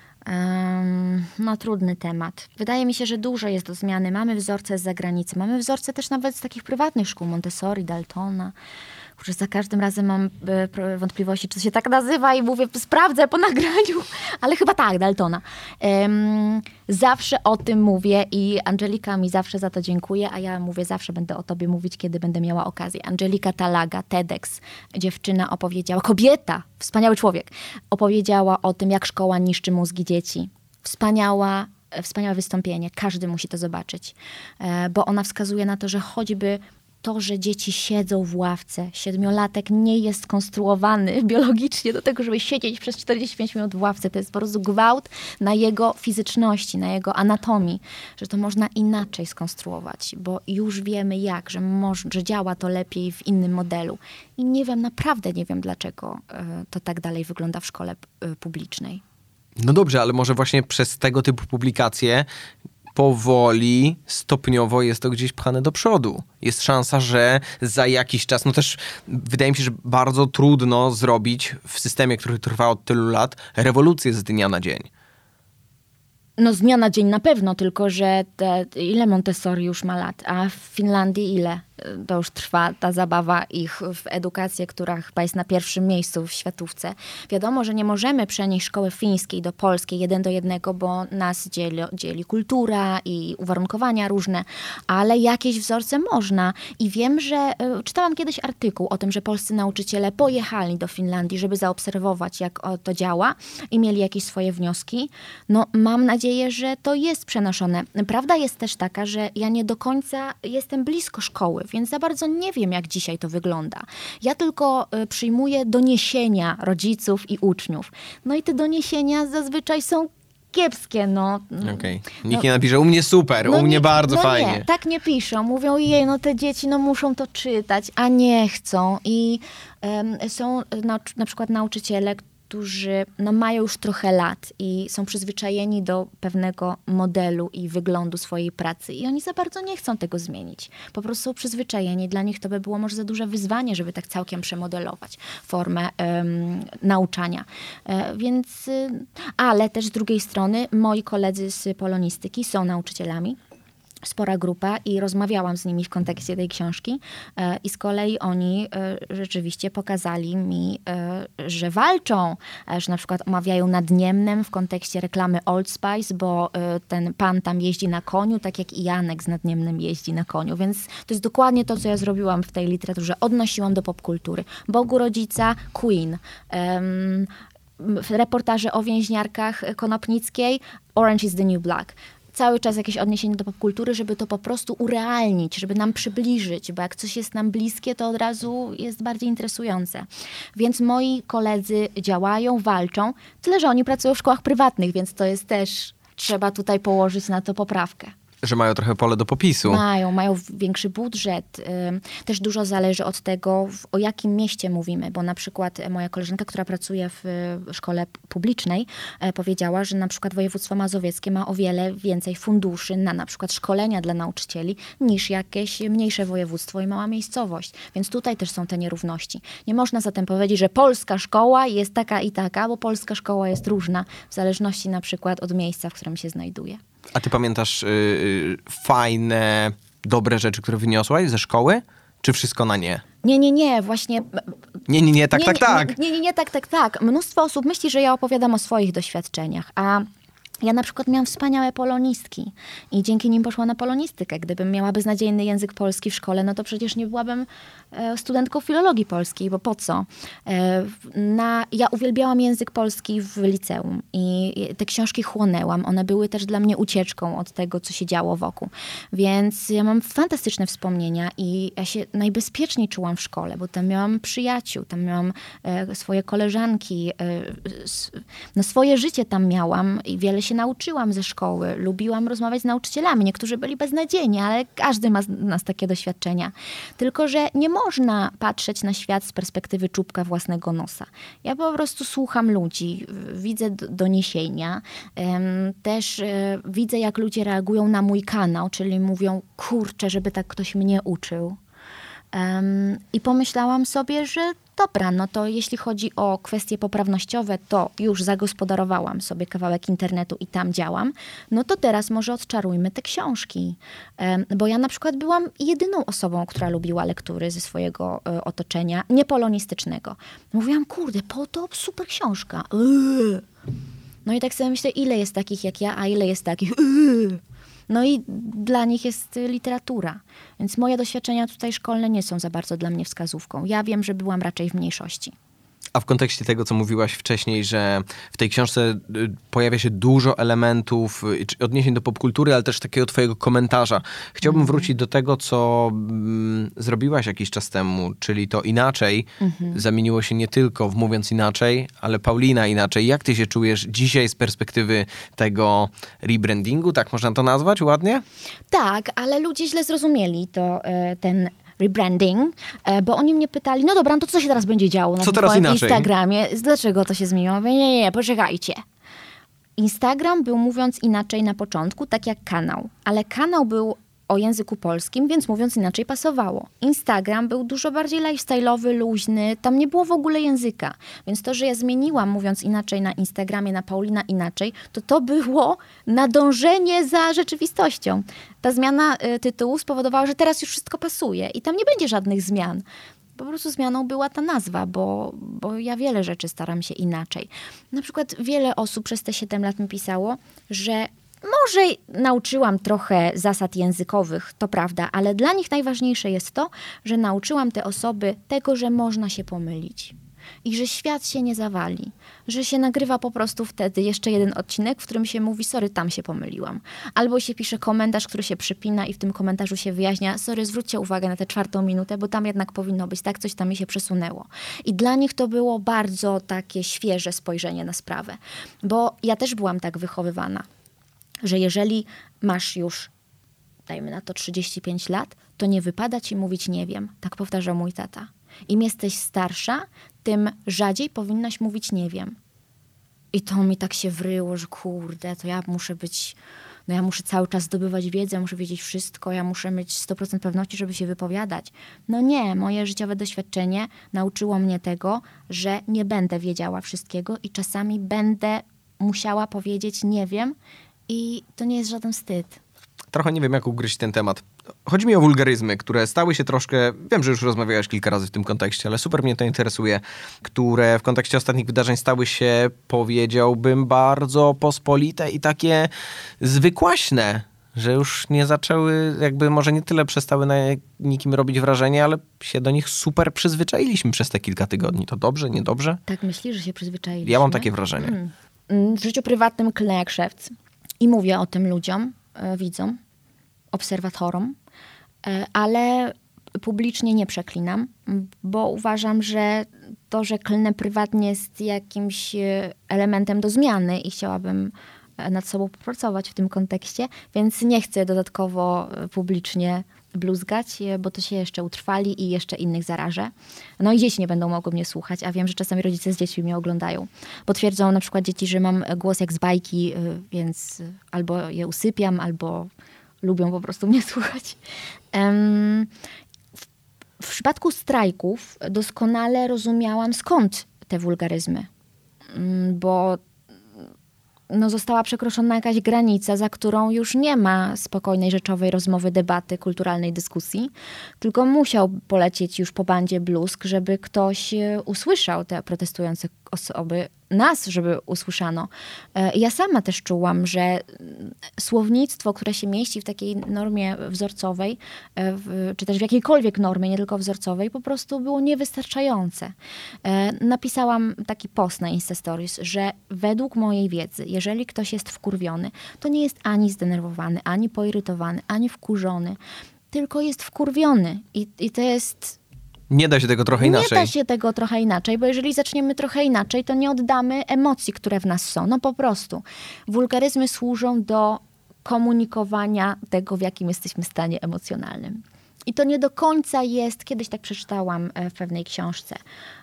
Um, no trudny temat. Wydaje mi się, że dużo jest do zmiany. Mamy wzorce z zagranicy. Mamy wzorce też nawet z takich prywatnych szkół. Montessori, Daltona. Kurczę, za każdym razem mam e, wątpliwości, czy to się tak nazywa i mówię, sprawdzę po nagraniu. Ale chyba tak, Daltona. Um, zawsze o tym mówię i Angelika mi zawsze za to dziękuję, a ja mówię, zawsze będę o tobie mówić, kiedy będę miała okazję. Angelika Talaga, TEDx. Dziewczyna opowiedziała, kobieta, wspaniały człowiek, opowiedziała o tym, jak szkoła niszczy mózgi dzieci. Wspaniała, wspaniałe wystąpienie. Każdy musi to zobaczyć. E, bo ona wskazuje na to, że choćby to, że dzieci siedzą w ławce, siedmiolatek nie jest skonstruowany biologicznie do tego, żeby siedzieć przez czterdzieści pięć minut w ławce. To jest po prostu gwałt na jego fizyczności, na jego anatomii, że to można inaczej skonstruować, bo już wiemy jak, że, moż, że działa to lepiej w innym modelu. I nie wiem, naprawdę nie wiem, dlaczego to tak dalej wygląda w szkole publicznej. No dobrze, ale może właśnie przez tego typu publikacje powoli, stopniowo jest to gdzieś pchane do przodu. Jest szansa, że za jakiś czas, no też wydaje mi się, że bardzo trudno zrobić w systemie, który trwa od tylu lat, rewolucję z dnia na dzień. No z dnia na dzień na pewno, tylko że te, ile Montessori już ma lat, a w Finlandii ile? to już trwa ta zabawa ich w edukację, która chyba jest na pierwszym miejscu w światówce. Wiadomo, że nie możemy przenieść szkoły fińskiej do polskiej jeden do jednego, bo nas dzieli, dzieli kultura i uwarunkowania różne, ale jakieś wzorce można. I wiem, że y, czytałam kiedyś artykuł o tym, że polscy nauczyciele pojechali do Finlandii, żeby zaobserwować, jak o, to działa i mieli jakieś swoje wnioski. No, mam nadzieję, że to jest przenoszone. Prawda jest też taka, że ja nie do końca jestem blisko szkoły, więc za bardzo nie wiem, jak dzisiaj to wygląda. Ja tylko y, przyjmuję doniesienia rodziców i uczniów. No i te doniesienia zazwyczaj są kiepskie, no. Okej. Okay. Nikt no, nie napisze, u mnie super, no u mnie nie, bardzo no fajnie. Nie, tak nie piszą. Mówią, jej, no te dzieci no muszą to czytać, a nie chcą. I um, są na, na przykład nauczyciele, którzy no, mają już trochę lat i są przyzwyczajeni do pewnego modelu i wyglądu swojej pracy i oni za bardzo nie chcą tego zmienić. Po prostu są przyzwyczajeni. Dla nich to by było może za duże wyzwanie, żeby tak całkiem przemodelować formę um, nauczania. E, więc, y, ale też z drugiej strony moi koledzy z polonistyki są nauczycielami. Spora grupa i rozmawiałam z nimi w kontekście tej książki e, i z kolei oni e, rzeczywiście pokazali mi, e, że walczą, e, że na przykład omawiają nad Niemnem w kontekście reklamy Old Spice, bo e, ten pan tam jeździ na koniu, tak jak i Janek z Nad Niemnem jeździ na koniu, więc to jest dokładnie to, co ja zrobiłam w tej literaturze. Odnosiłam do popkultury. Bogu Rodzica, Queen. Um, reportaże o więźniarkach Konopnickiej, Orange is the New Black. Cały czas jakieś odniesienie do popkultury, żeby to po prostu urealnić, żeby nam przybliżyć, bo jak coś jest nam bliskie, to od razu jest bardziej interesujące. Więc moi koledzy działają, walczą, tyle że oni pracują w szkołach prywatnych, więc to jest też, trzeba tutaj położyć na to poprawkę. Że mają trochę pole do popisu. Mają, mają większy budżet. Też dużo zależy od tego, o jakim mieście mówimy, bo na przykład moja koleżanka, która pracuje w szkole publicznej, powiedziała, że na przykład województwo mazowieckie ma o wiele więcej funduszy na na przykład szkolenia dla nauczycieli niż jakieś mniejsze województwo i mała miejscowość. Więc tutaj też są te nierówności. Nie można zatem powiedzieć, że polska szkoła jest taka i taka, bo polska szkoła jest różna w zależności na przykład od miejsca, w którym się znajduje. A ty pamiętasz yy, fajne, dobre rzeczy, które wyniosłaś ze szkoły? Czy wszystko na nie? Nie, nie, nie, właśnie... Nie, nie, nie, tak, nie, tak, tak. Nie, nie, nie, tak, tak, tak. Mnóstwo osób myśli, że ja opowiadam o swoich doświadczeniach, a ja na przykład miałam wspaniałe polonistki i dzięki nim poszłam na polonistykę. Gdybym miała beznadziejny język polski w szkole, no to przecież nie byłabym e, studentką filologii polskiej, bo po co? E, na, ja uwielbiałam język polski w liceum i te książki chłonęłam. One były też dla mnie ucieczką od tego, co się działo wokół. Więc ja mam fantastyczne wspomnienia i ja się najbezpieczniej czułam w szkole, bo tam miałam przyjaciół, tam miałam e, swoje koleżanki, e, s, no swoje życie tam miałam i wiele się nauczyłam ze szkoły. Lubiłam rozmawiać z nauczycielami. Niektórzy byli beznadziejni, ale każdy ma z nas takie doświadczenia. Tylko że nie można patrzeć na świat z perspektywy czubka własnego nosa. Ja po prostu słucham ludzi, widzę doniesienia. Też widzę, jak ludzie reagują na mój kanał, czyli mówią, kurczę, żeby tak ktoś mnie uczył. I pomyślałam sobie, że dobra, no to jeśli chodzi o kwestie poprawnościowe, to już zagospodarowałam sobie kawałek internetu i tam działam, no to teraz może odczarujmy te książki. Bo ja na przykład byłam jedyną osobą, która lubiła lektury ze swojego otoczenia niepolonistycznego. Mówiłam, kurde, po to super książka. Yy. No i tak sobie myślę, ile jest takich jak ja, a ile jest takich yy. No i dla nich jest literatura. Więc moje doświadczenia tutaj szkolne nie są za bardzo dla mnie wskazówką. Ja wiem, że byłam raczej w mniejszości. A w kontekście tego, co mówiłaś wcześniej, że w tej książce pojawia się dużo elementów, odniesień do popkultury, ale też takiego twojego komentarza. Chciałbym mm-hmm. wrócić do tego, co mm, zrobiłaś jakiś czas temu, czyli to Inaczej mm-hmm. zamieniło się nie tylko w Mówiąc Inaczej, ale Paulina Inaczej. Jak ty się czujesz dzisiaj z perspektywy tego rebrandingu? Tak można to nazwać ładnie? Tak, ale ludzie źle zrozumieli to, ten rebranding, bo oni mnie pytali, no dobra, no to co się teraz będzie działo na co teraz twoim inaczej? Instagramie? Dlaczego to się zmieniło? Nie, nie, nie, poczekajcie. Instagram był, Mówiąc Inaczej, na początku, tak jak kanał. Ale kanał był o języku polskim, więc mówiąc inaczej pasowało. Instagram był dużo bardziej lifestyle'owy, luźny, tam nie było w ogóle języka. Więc to, że ja zmieniłam, mówiąc inaczej na Instagramie, na Paulina inaczej, to to było nadążenie za rzeczywistością. Ta zmiana y, tytułu spowodowała, że teraz już wszystko pasuje i tam nie będzie żadnych zmian. Po prostu zmianą była ta nazwa, bo, bo ja wiele rzeczy staram się inaczej. Na przykład wiele osób przez te siedem lat mi pisało, że może nauczyłam trochę zasad językowych, to prawda, ale dla nich najważniejsze jest to, że nauczyłam te osoby tego, że można się pomylić. I że świat się nie zawali. Że się nagrywa po prostu wtedy jeszcze jeden odcinek, w którym się mówi, sorry, tam się pomyliłam. Albo się pisze komentarz, który się przypina i w tym komentarzu się wyjaśnia, sorry, zwróćcie uwagę na tę czwartą minutę, bo tam jednak powinno być tak, coś tam mi się przesunęło. I dla nich to było bardzo takie świeże spojrzenie na sprawę. Bo ja też byłam tak wychowywana, że jeżeli masz już, dajmy na to trzydzieści pięć lat, to nie wypada ci mówić nie wiem. Tak powtarzał mój tata. Im jesteś starsza, tym rzadziej powinnaś mówić nie wiem. I to mi tak się wryło, że kurde, to ja muszę być, no ja muszę cały czas zdobywać wiedzę, muszę wiedzieć wszystko, ja muszę mieć sto procent pewności, żeby się wypowiadać. No nie, moje życiowe doświadczenie nauczyło mnie tego, że nie będę wiedziała wszystkiego i czasami będę musiała powiedzieć nie wiem i to nie jest żaden wstyd. Trochę nie wiem, jak ugryźć ten temat. Chodzi mi o wulgaryzmy, które stały się troszkę, wiem, że już rozmawiałaś kilka razy w tym kontekście, ale super mnie to interesuje, które w kontekście ostatnich wydarzeń stały się, powiedziałbym, bardzo pospolite i takie zwykłaśne, że już nie zaczęły, jakby może nie tyle przestały na nikim robić wrażenie, ale się do nich super przyzwyczailiśmy przez te kilka tygodni. To dobrze, niedobrze? Tak myślisz, że się przyzwyczailiśmy? Ja mam takie wrażenie. Hmm. W życiu prywatnym klnę jak szewc. I mówię o tym ludziom, widzom, obserwatorom, ale publicznie nie przeklinam, bo uważam, że to, że klnę prywatnie jest jakimś elementem do zmiany i chciałabym nad sobą popracować w tym kontekście, więc nie chcę dodatkowo publicznie bluzgać, bo to się jeszcze utrwali i jeszcze innych zarażę. No i dzieci nie będą mogły mnie słuchać, a wiem, że czasami rodzice z dziećmi mnie oglądają. Bo twierdzą na przykład dzieci, że mam głos jak z bajki, więc albo je usypiam, albo lubią po prostu mnie słuchać. Um, w, w przypadku strajków doskonale rozumiałam, skąd te wulgaryzmy. Um, bo no, została przekroczona jakaś granica, za którą już nie ma spokojnej, rzeczowej rozmowy, debaty, kulturalnej dyskusji, tylko musiał polecieć już po bandzie bluzg, żeby ktoś usłyszał te protestujące osoby, nas, żeby usłyszano. Ja sama też czułam, że słownictwo, które się mieści w takiej normie wzorcowej, w, czy też w jakiejkolwiek normie, nie tylko wzorcowej, po prostu było niewystarczające. Napisałam taki post na Insta Stories, że według mojej wiedzy, jeżeli ktoś jest wkurwiony, to nie jest ani zdenerwowany, ani poirytowany, ani wkurzony, tylko jest wkurwiony. I, i to jest... Nie da się tego trochę inaczej. Nie da się tego trochę inaczej, bo jeżeli zaczniemy trochę inaczej, to nie oddamy emocji, które w nas są. No po prostu. Wulgaryzmy służą do komunikowania tego, w jakim jesteśmy stanie emocjonalnym. I to nie do końca jest, kiedyś tak przeczytałam w pewnej książce,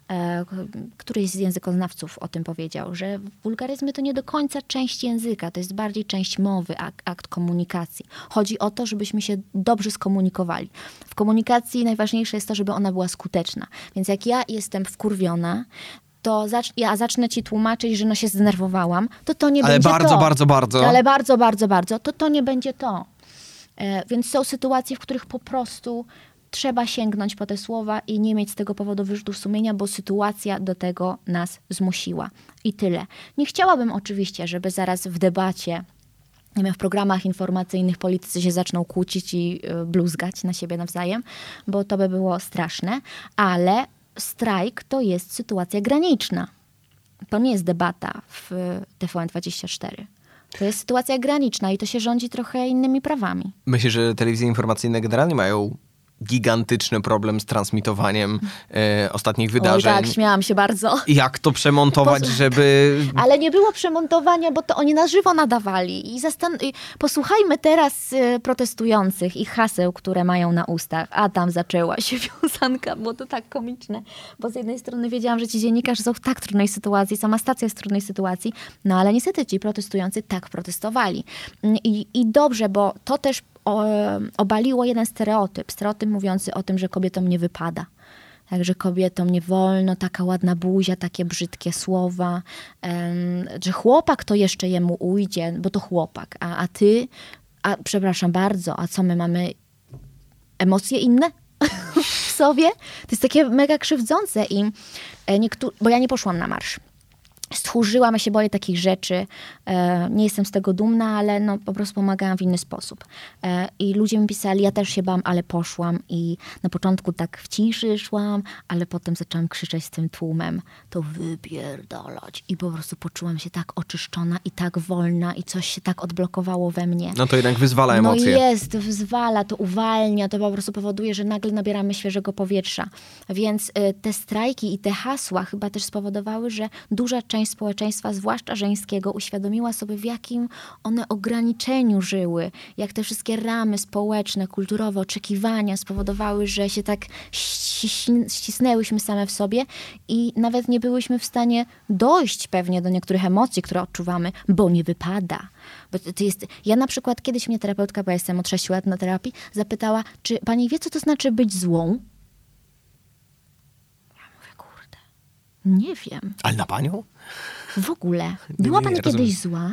któryś z językoznawców o tym powiedział, że wulgaryzmy to nie do końca część języka, to jest bardziej część mowy, akt, akt komunikacji. Chodzi o to, żebyśmy się dobrze skomunikowali. W komunikacji najważniejsze jest to, żeby ona była skuteczna. Więc jak ja jestem wkurwiona, to zacz- ja zacznę ci tłumaczyć, że no się zdenerwowałam, to to nie Ale będzie bardzo, to. bardzo, bardzo. Ale bardzo, bardzo, bardzo. To to nie będzie to. E, więc są sytuacje, w których po prostu trzeba sięgnąć po te słowa i nie mieć z tego powodu wyrzutów sumienia, bo sytuacja do tego nas zmusiła. I tyle. Nie chciałabym oczywiście, żeby zaraz w debacie, nie wiem, w programach informacyjnych politycy się zaczną kłócić i y, bluzgać na siebie nawzajem, bo to by było straszne, ale strajk to jest sytuacja graniczna. To nie jest debata w T V N dwadzieścia cztery. To jest sytuacja graniczna i to się rządzi trochę innymi prawami. Myślę, że telewizje informacyjne generalnie mają gigantyczny problem z transmitowaniem e, ostatnich wydarzeń. Oj tak, śmiałam się bardzo. Jak to przemontować, żeby... Ale nie było przemontowania, bo to oni na żywo nadawali. I zastan- i posłuchajmy teraz y, protestujących, ich haseł, które mają na ustach. A tam zaczęła się wiązanka, było to tak komiczne. Bo z jednej strony wiedziałam, że ci dziennikarze są w tak trudnej sytuacji, sama stacja jest w trudnej sytuacji, no ale niestety ci protestujący tak protestowali. I, i dobrze, bo to też o, obaliło jeden stereotyp. Stereotyp mówiący o tym, że kobietom nie wypada. Także kobietom nie wolno, taka ładna buzia, takie brzydkie słowa, um, że chłopak to jeszcze jemu ujdzie, bo to chłopak, a, a ty, a przepraszam bardzo, a co my mamy, emocje inne w sobie? To jest takie mega krzywdzące i niektó- bo ja nie poszłam na marsz. Stchórzyłam, ja się boję takich rzeczy, e, nie jestem z tego dumna, ale no, po prostu pomagałam w inny sposób. E, I ludzie mi pisali, ja też się bałam, ale poszłam i na początku tak w ciszy szłam, ale potem zaczęłam krzyczeć z tym tłumem, to wypierdalać. I po prostu poczułam się tak oczyszczona i tak wolna i coś się tak odblokowało we mnie. No to jednak wyzwala emocje. No jest, wyzwala, to uwalnia, to po prostu powoduje, że nagle nabieramy świeżego powietrza. Więc y, te strajki i te hasła chyba też spowodowały, że duża część społeczeństwa, zwłaszcza żeńskiego, uświadomiła sobie, w jakim one ograniczeniu żyły. Jak te wszystkie ramy społeczne, kulturowe, oczekiwania spowodowały, że się tak ścisnęłyśmy same w sobie i nawet nie byłyśmy w stanie dojść pewnie do niektórych emocji, które odczuwamy, bo nie wypada. Bo to jest, ja na przykład kiedyś mnie terapeutka, bo ja jestem od sześciu lat na terapii, zapytała, czy pani wie, co to znaczy być złą? Ja mówię, kurde, nie wiem. Ale na panią? W ogóle. Była nie, pani nie, kiedyś rozumiem. zła?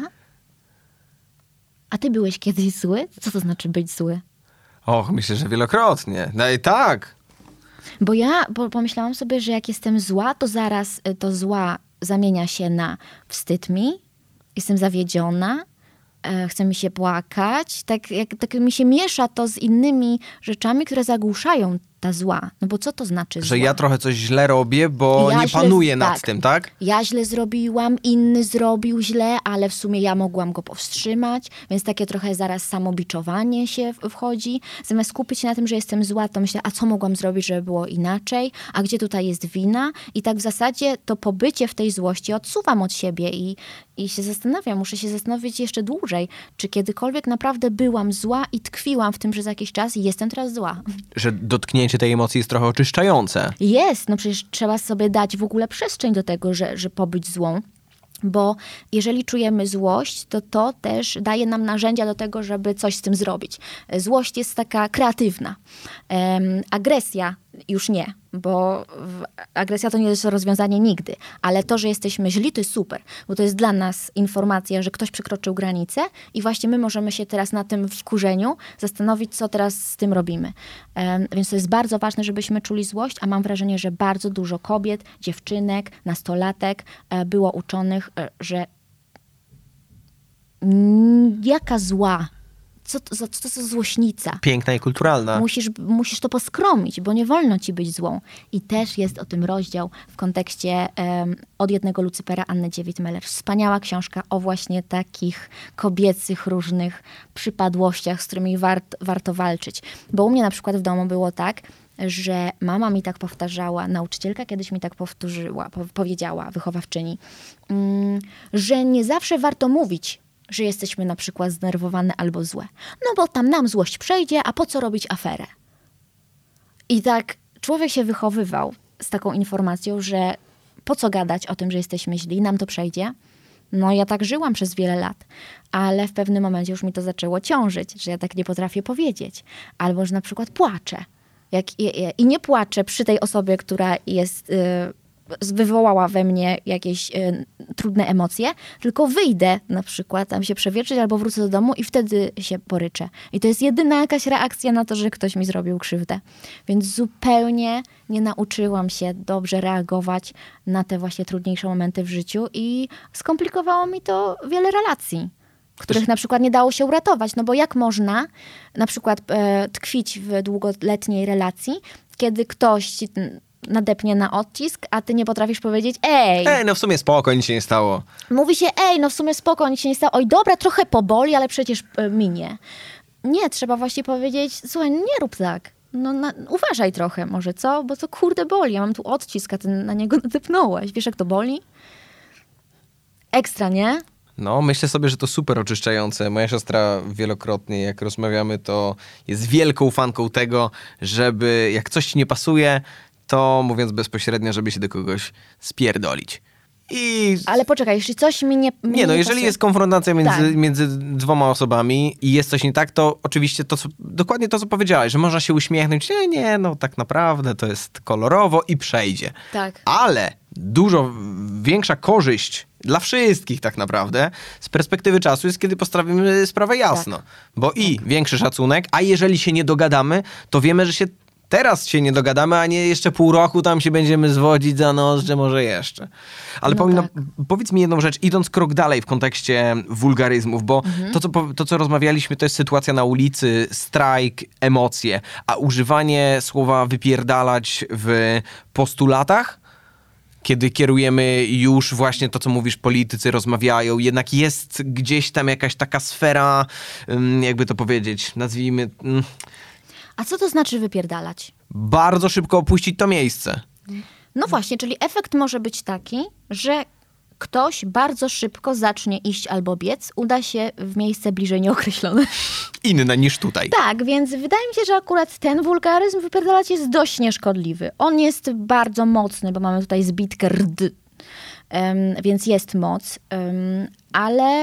A ty byłeś kiedyś zły? Co to znaczy być zły? Och, myślę, że wielokrotnie. No i tak. Bo ja bo pomyślałam sobie, że jak jestem zła, to zaraz y, to zła zamienia się na wstyd mi, jestem zawiedziona, e, chce mi się płakać. Tak, jak, tak mi się miesza to z innymi rzeczami, które zagłuszają ta zła. No bo co to znaczy Że zła? ja trochę coś źle robię, bo Ja nie źle- panuję nad tak. tym, tak? Ja źle zrobiłam, inny zrobił źle, ale w sumie ja mogłam go powstrzymać, więc takie trochę zaraz samobiczowanie się w- wchodzi. Zamiast skupić się na tym, że jestem zła, to myślę, a co mogłam zrobić, żeby było inaczej? A gdzie tutaj jest wina? I tak w zasadzie to pobycie w tej złości odsuwam od siebie i, i się zastanawiam, muszę się zastanowić jeszcze dłużej, czy kiedykolwiek naprawdę byłam zła i tkwiłam w tym przez jakiś czas i jestem teraz zła. Że dotknięcie tej emocji jest trochę oczyszczające. Jest, no przecież trzeba sobie dać w ogóle przestrzeń do tego, że, że pobyć złą. Bo jeżeli czujemy złość, to to też daje nam narzędzia do tego, żeby coś z tym zrobić. Złość jest taka kreatywna. Um, agresja już nie, bo w, agresja to nie jest rozwiązanie nigdy. Ale to, że jesteśmy źli, to jest super. Bo to jest dla nas informacja, że ktoś przekroczył granicę i właśnie my możemy się teraz na tym wkurzeniu zastanowić, co teraz z tym robimy. Um, więc to jest bardzo ważne, żebyśmy czuli złość, a mam wrażenie, że bardzo dużo kobiet, dziewczynek, nastolatek e, było uczonych, e, że mm, jaka zła, co to, za- co to za złośnica. Piękna i kulturalna. Musisz, musisz to poskromić, bo nie wolno ci być złą. I też jest o tym rozdział w kontekście um, Od jednego Lucypera Anny Dziewit-Meller. Wspaniała książka o właśnie takich kobiecych różnych przypadłościach, z którymi wart, warto walczyć. Bo u mnie na przykład w domu było tak, że mama mi tak powtarzała, nauczycielka kiedyś mi tak powtórzyła, po, powiedziała, wychowawczyni, mm, że nie zawsze warto mówić, że jesteśmy na przykład zdenerwowane albo złe. No bo tam nam złość przejdzie, a po co robić aferę? I tak człowiek się wychowywał z taką informacją, że po co gadać o tym, że jesteśmy źli, nam to przejdzie. No ja tak żyłam przez wiele lat, ale w pewnym momencie już mi to zaczęło ciążyć, że ja tak nie potrafię powiedzieć. Albo, że na przykład płaczę. Jak, i, I nie płaczę przy tej osobie, która jest... Yy, wywołała we mnie jakieś y, trudne emocje, tylko wyjdę na przykład, tam się przewietrzyć albo wrócę do domu i wtedy się poryczę. I to jest jedyna jakaś reakcja na to, że ktoś mi zrobił krzywdę. Więc zupełnie nie nauczyłam się dobrze reagować na te właśnie trudniejsze momenty w życiu i skomplikowało mi to wiele relacji, których na przykład nie dało się uratować. No bo jak można na przykład e, tkwić w długoletniej relacji, kiedy ktoś ci nadepnie na odcisk, a ty nie potrafisz powiedzieć ej. Ej, no w sumie spoko, nic się nie stało. Mówi się ej, no w sumie spoko, nic się nie stało. Oj, dobra, trochę poboli, ale przecież y, minie. Nie, trzeba właśnie powiedzieć, słuchaj, nie rób tak. No na, uważaj trochę może, co? Bo to kurde boli, ja mam tu odcisk, a ty na niego nadepnąłeś. Wiesz, jak to boli? Ekstra, nie? No, myślę sobie, że to super oczyszczające. Moja siostra wielokrotnie, jak rozmawiamy, to jest wielką fanką tego, żeby jak coś ci nie pasuje, to mówiąc bezpośrednio, żeby się do kogoś spierdolić. I... Ale poczekaj, jeśli coś mi nie mi Nie, no nie jeżeli pasuje... jest konfrontacja między, Tak. między dwoma osobami i jest coś nie tak, to oczywiście to, co, dokładnie to, co powiedziałaś, że można się uśmiechnąć, nie, nie, no tak naprawdę to jest kolorowo i przejdzie. Tak. Ale dużo większa korzyść dla wszystkich tak naprawdę z perspektywy czasu jest, kiedy postawimy sprawę jasno. Tak. Bo i większy szacunek, a jeżeli się nie dogadamy, to wiemy, że się teraz się nie dogadamy, a nie jeszcze pół roku tam się będziemy zwodzić za nos, że może jeszcze. Ale No Paulina, tak. powiedz mi jedną rzecz, idąc krok dalej w kontekście wulgaryzmów, bo Mhm. to, co, po- to, co rozmawialiśmy, to jest sytuacja na ulicy, strajk, emocje, a używanie słowa wypierdalać w postulatach, kiedy kierujemy już właśnie to, co mówisz, politycy rozmawiają, jednak jest gdzieś tam jakaś taka sfera, ym, jakby to powiedzieć, nazwijmy, mm, A co to znaczy wypierdalać? bardzo szybko opuścić to miejsce. No właśnie, czyli efekt może być taki, że ktoś bardzo szybko zacznie iść albo biec, uda się w miejsce bliżej nieokreślone. Inne niż tutaj. Tak, więc wydaje mi się, że akurat ten wulgaryzm wypierdalać jest dość nieszkodliwy. On jest bardzo mocny, bo mamy tutaj zbitkę rd, um, więc jest moc, um, ale,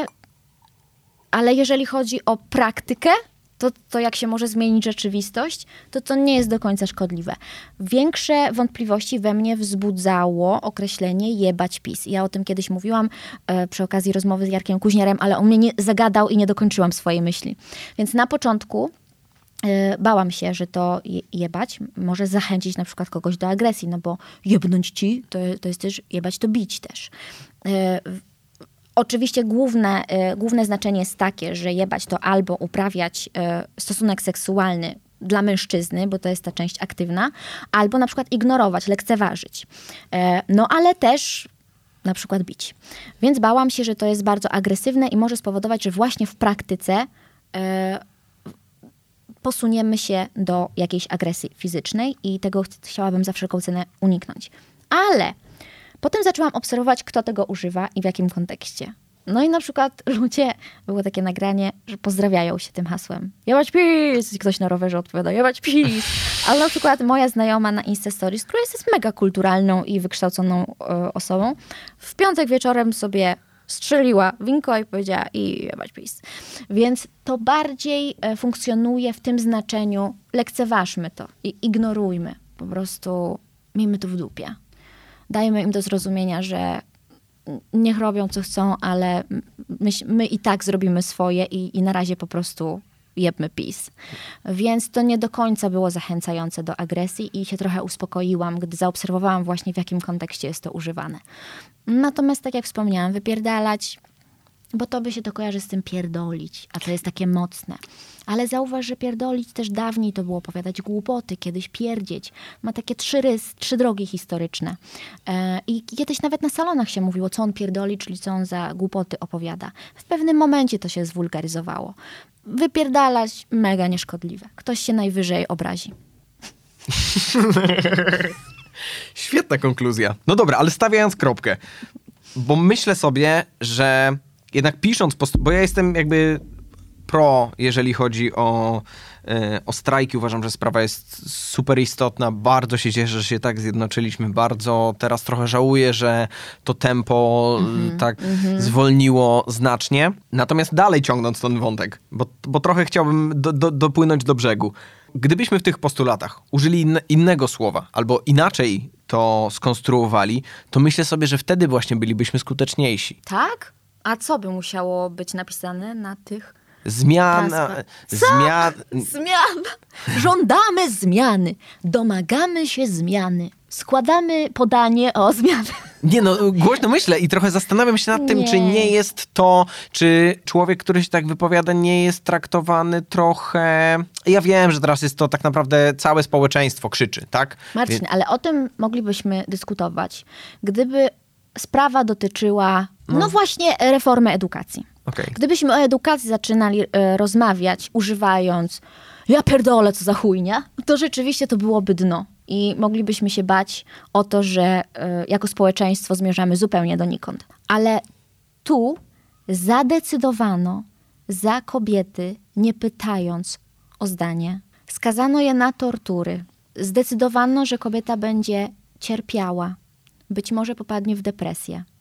ale jeżeli chodzi o praktykę, to, to jak się może zmienić rzeczywistość, to to nie jest do końca szkodliwe. Większe wątpliwości we mnie wzbudzało określenie jebać PiS. Ja o tym kiedyś mówiłam e, przy okazji rozmowy z Jarkiem Kuźniarem, ale on mnie nie zagadał i nie dokończyłam swojej myśli. Więc na początku e, bałam się, że to je, jebać może zachęcić na przykład kogoś do agresji, no bo jebnąć ci to, to jest też jebać, to bić też. E, Oczywiście główne, y, główne znaczenie jest takie, że jebać to albo uprawiać y, stosunek seksualny dla mężczyzny, bo to jest ta część aktywna, albo na przykład ignorować, lekceważyć. Y, no ale też na przykład bić. Więc bałam się, że to jest bardzo agresywne i może spowodować, że właśnie w praktyce y, posuniemy się do jakiejś agresji fizycznej i tego ch- chciałabym za wszelką cenę uniknąć. Ale potem zaczęłam obserwować, kto tego używa i w jakim kontekście. No i na przykład ludzie, było takie nagranie, że pozdrawiają się tym hasłem. Jebać PiS! I ktoś na rowerze odpowiada, jebać PiS! Ale na przykład moja znajoma na Insta Stories, która jest mega kulturalną i wykształconą e, osobą, w piątek wieczorem sobie strzeliła winko i powiedziała i jebać PiS. Więc to bardziej e, funkcjonuje w tym znaczeniu, lekceważmy to i ignorujmy. Po prostu miejmy to w dupie. Dajmy im do zrozumienia, że niech robią co chcą, ale my, my i tak zrobimy swoje i, i na razie po prostu jebmy PiS. Więc to nie do końca było zachęcające do agresji i się trochę uspokoiłam, gdy zaobserwowałam właśnie, w jakim kontekście jest to używane. Natomiast tak jak wspomniałam, wypierdalać, bo to by się to kojarzy z tym pierdolić, a to jest takie mocne. Ale zauważ, że pierdolić też dawniej to było opowiadać głupoty, kiedyś pierdzieć. Ma takie trzy rys, trzy drogi historyczne. E, I kiedyś nawet na salonach się mówiło, co on pierdoli, czyli co on za głupoty opowiada. W pewnym momencie to się zwulgaryzowało. Wypierdalać mega nieszkodliwe. Ktoś się najwyżej obrazi. Świetna konkluzja. No dobra, ale stawiając kropkę, bo myślę sobie, że jednak pisząc, post- bo ja jestem jakby pro, jeżeli chodzi o, y, o strajki. Uważam, że sprawa jest super istotna. Bardzo się cieszę, że się tak zjednoczyliśmy. Bardzo teraz trochę żałuję, że to tempo mm-hmm, tak mm-hmm. zwolniło znacznie. Natomiast dalej ciągnąc ten wątek, bo, bo trochę chciałbym do, do, dopłynąć do brzegu. Gdybyśmy w tych postulatach użyli inne, innego słowa albo inaczej to skonstruowali, to myślę sobie, że wtedy właśnie bylibyśmy skuteczniejsi. Tak? A co by musiało być napisane na tych... Zmiana... Zmian... Zmian! Żądamy zmiany. Domagamy się zmiany. Składamy podanie o zmianę. Nie no, głośno myślę i trochę zastanawiam się nad tym, Nie. czy nie jest to, czy człowiek, który się tak wypowiada, nie jest traktowany trochę... Ja wiem, że teraz jest to tak naprawdę całe społeczeństwo krzyczy, tak? Marcin, Wie... ale o tym moglibyśmy dyskutować, gdyby sprawa dotyczyła, no, no właśnie, reformy edukacji. Okay. Gdybyśmy o edukacji zaczynali e, rozmawiać, używając ja pierdolę, co za chujnia, to rzeczywiście to byłoby dno. I moglibyśmy się bać o to, że e, jako społeczeństwo zmierzamy zupełnie donikąd. Ale tu zadecydowano za kobiety, nie pytając o zdanie. Skazano je na tortury. Zdecydowano, że kobieta będzie cierpiała. Być może popadnie w depresję.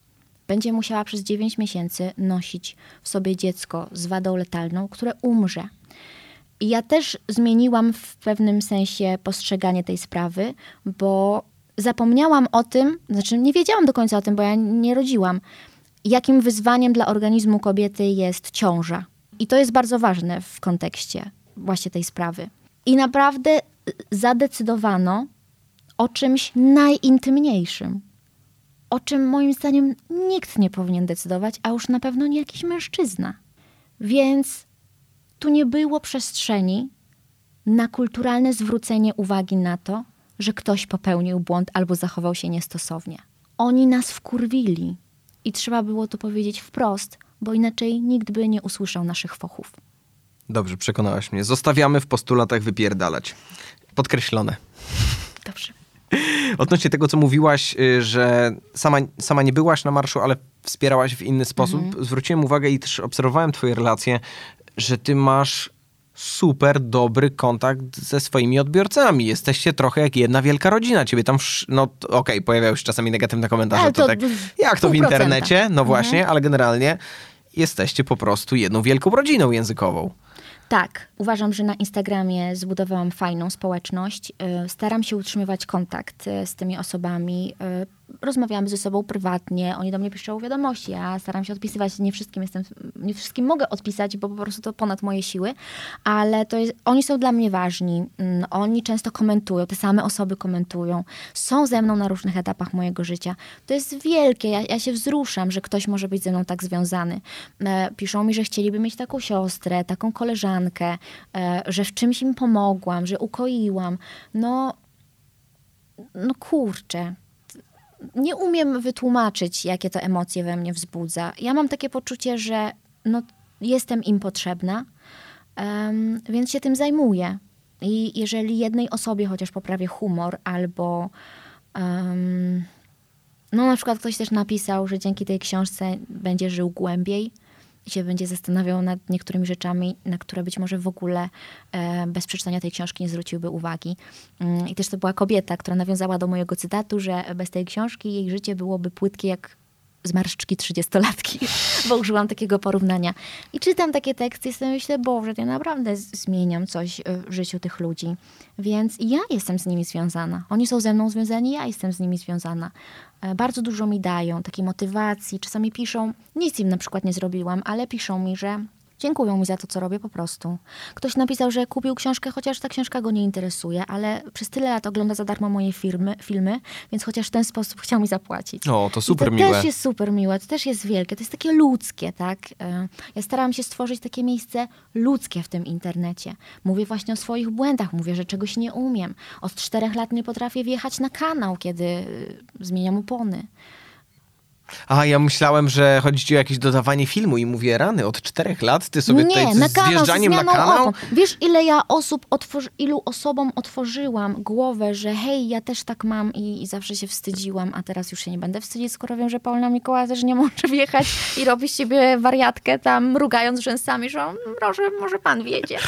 będzie musiała przez dziewięć miesięcy nosić w sobie dziecko z wadą letalną, które umrze. I ja też zmieniłam w pewnym sensie postrzeganie tej sprawy, bo zapomniałam o tym, znaczy nie wiedziałam do końca o tym, bo ja nie rodziłam, jakim wyzwaniem dla organizmu kobiety jest ciąża. I to jest bardzo ważne w kontekście właśnie tej sprawy. I naprawdę zadecydowano o czymś najintymniejszym, o czym moim zdaniem nikt nie powinien decydować, a już na pewno nie jakiś mężczyzna. Więc tu nie było przestrzeni na kulturalne zwrócenie uwagi na to, że ktoś popełnił błąd albo zachował się niestosownie. Oni nas wkurwili i trzeba było to powiedzieć wprost, bo inaczej nikt by nie usłyszał naszych fochów. Dobrze, przekonałaś mnie. Zostawiamy w postulatach wypierdalać. Podkreślone. Dobrze. Odnośnie tego, co mówiłaś, że sama, sama nie byłaś na marszu, ale wspierałaś w inny sposób, mhm. zwróciłem uwagę i też obserwowałem twoje relacje, że ty masz super dobry kontakt ze swoimi odbiorcami. Jesteście trochę jak jedna wielka rodzina. Ciebie tam, wsz- no okej, okay, pojawiają się czasami negatywne komentarze. Ale to, to tak, jak to w internecie? No mhm. właśnie, ale generalnie jesteście po prostu jedną wielką rodziną językową. Tak, uważam, że na Instagramie zbudowałam fajną społeczność. Staram się utrzymywać kontakt z tymi osobami. Rozmawiamy ze sobą prywatnie, oni do mnie piszą wiadomości, ja staram się odpisywać, nie wszystkim jestem, nie wszystkim mogę odpisać, bo po prostu to ponad moje siły, ale to jest, oni są dla mnie ważni, oni często komentują, te same osoby komentują, są ze mną na różnych etapach mojego życia. To jest wielkie, ja, ja się wzruszam, że ktoś może być ze mną tak związany. Piszą mi, że chcieliby mieć taką siostrę, taką koleżankę, że w czymś im pomogłam, że ukoiłam. No, no kurczę. Nie umiem wytłumaczyć, jakie to emocje we mnie wzbudza. Ja mam takie poczucie, że no, jestem im potrzebna, um, więc się tym zajmuję. I jeżeli jednej osobie chociaż poprawię humor albo um, no na przykład ktoś też napisał, że dzięki tej książce będzie żył głębiej i się będzie zastanawiał nad niektórymi rzeczami, na które być może w ogóle e, bez przeczytania tej książki nie zwróciłby uwagi. Mm, I też to była kobieta, która nawiązała do mojego cytatu, że bez tej książki jej życie byłoby płytkie jak zmarszczki trzydziestolatki, bo użyłam takiego porównania. I czytam takie teksty i sobie myślę, Boże, ja naprawdę zmieniam coś w życiu tych ludzi. Więc ja jestem z nimi związana. Oni są ze mną związani, ja jestem z nimi związana. Bardzo dużo mi dają, takiej motywacji. Czasami piszą, nic im na przykład nie zrobiłam, ale piszą mi, że dziękują mi za to, co robię po prostu. Ktoś napisał, że kupił książkę, chociaż ta książka go nie interesuje, ale przez tyle lat ogląda za darmo moje firmy, filmy, więc chociaż w ten sposób chciał mi zapłacić. O, to super I to miłe. To też jest super miłe, to też jest wielkie, to jest takie ludzkie, tak? Ja starałam się stworzyć takie miejsce ludzkie w tym internecie. Mówię właśnie o swoich błędach, mówię, że czegoś nie umiem. Od czterech lat nie potrafię wjechać na kanał, kiedy zmieniam opony. A, ja myślałem, że chodzi ci o jakieś dodawanie filmu i mówię, rany, od czterech lat ty sobie nie, tutaj na z kanał, zjeżdżaniem z na kanał? Opon. Wiesz, ile ja osób, otworzy, ilu osobom otworzyłam głowę, że hej, ja też tak mam i, i zawsze się wstydziłam, a teraz już się nie będę wstydzić, skoro wiem, że Paulina Mikołaj też nie może wjechać i robi z siebie wariatkę tam, mrugając rzęsami, że proszę, może pan wiedzie.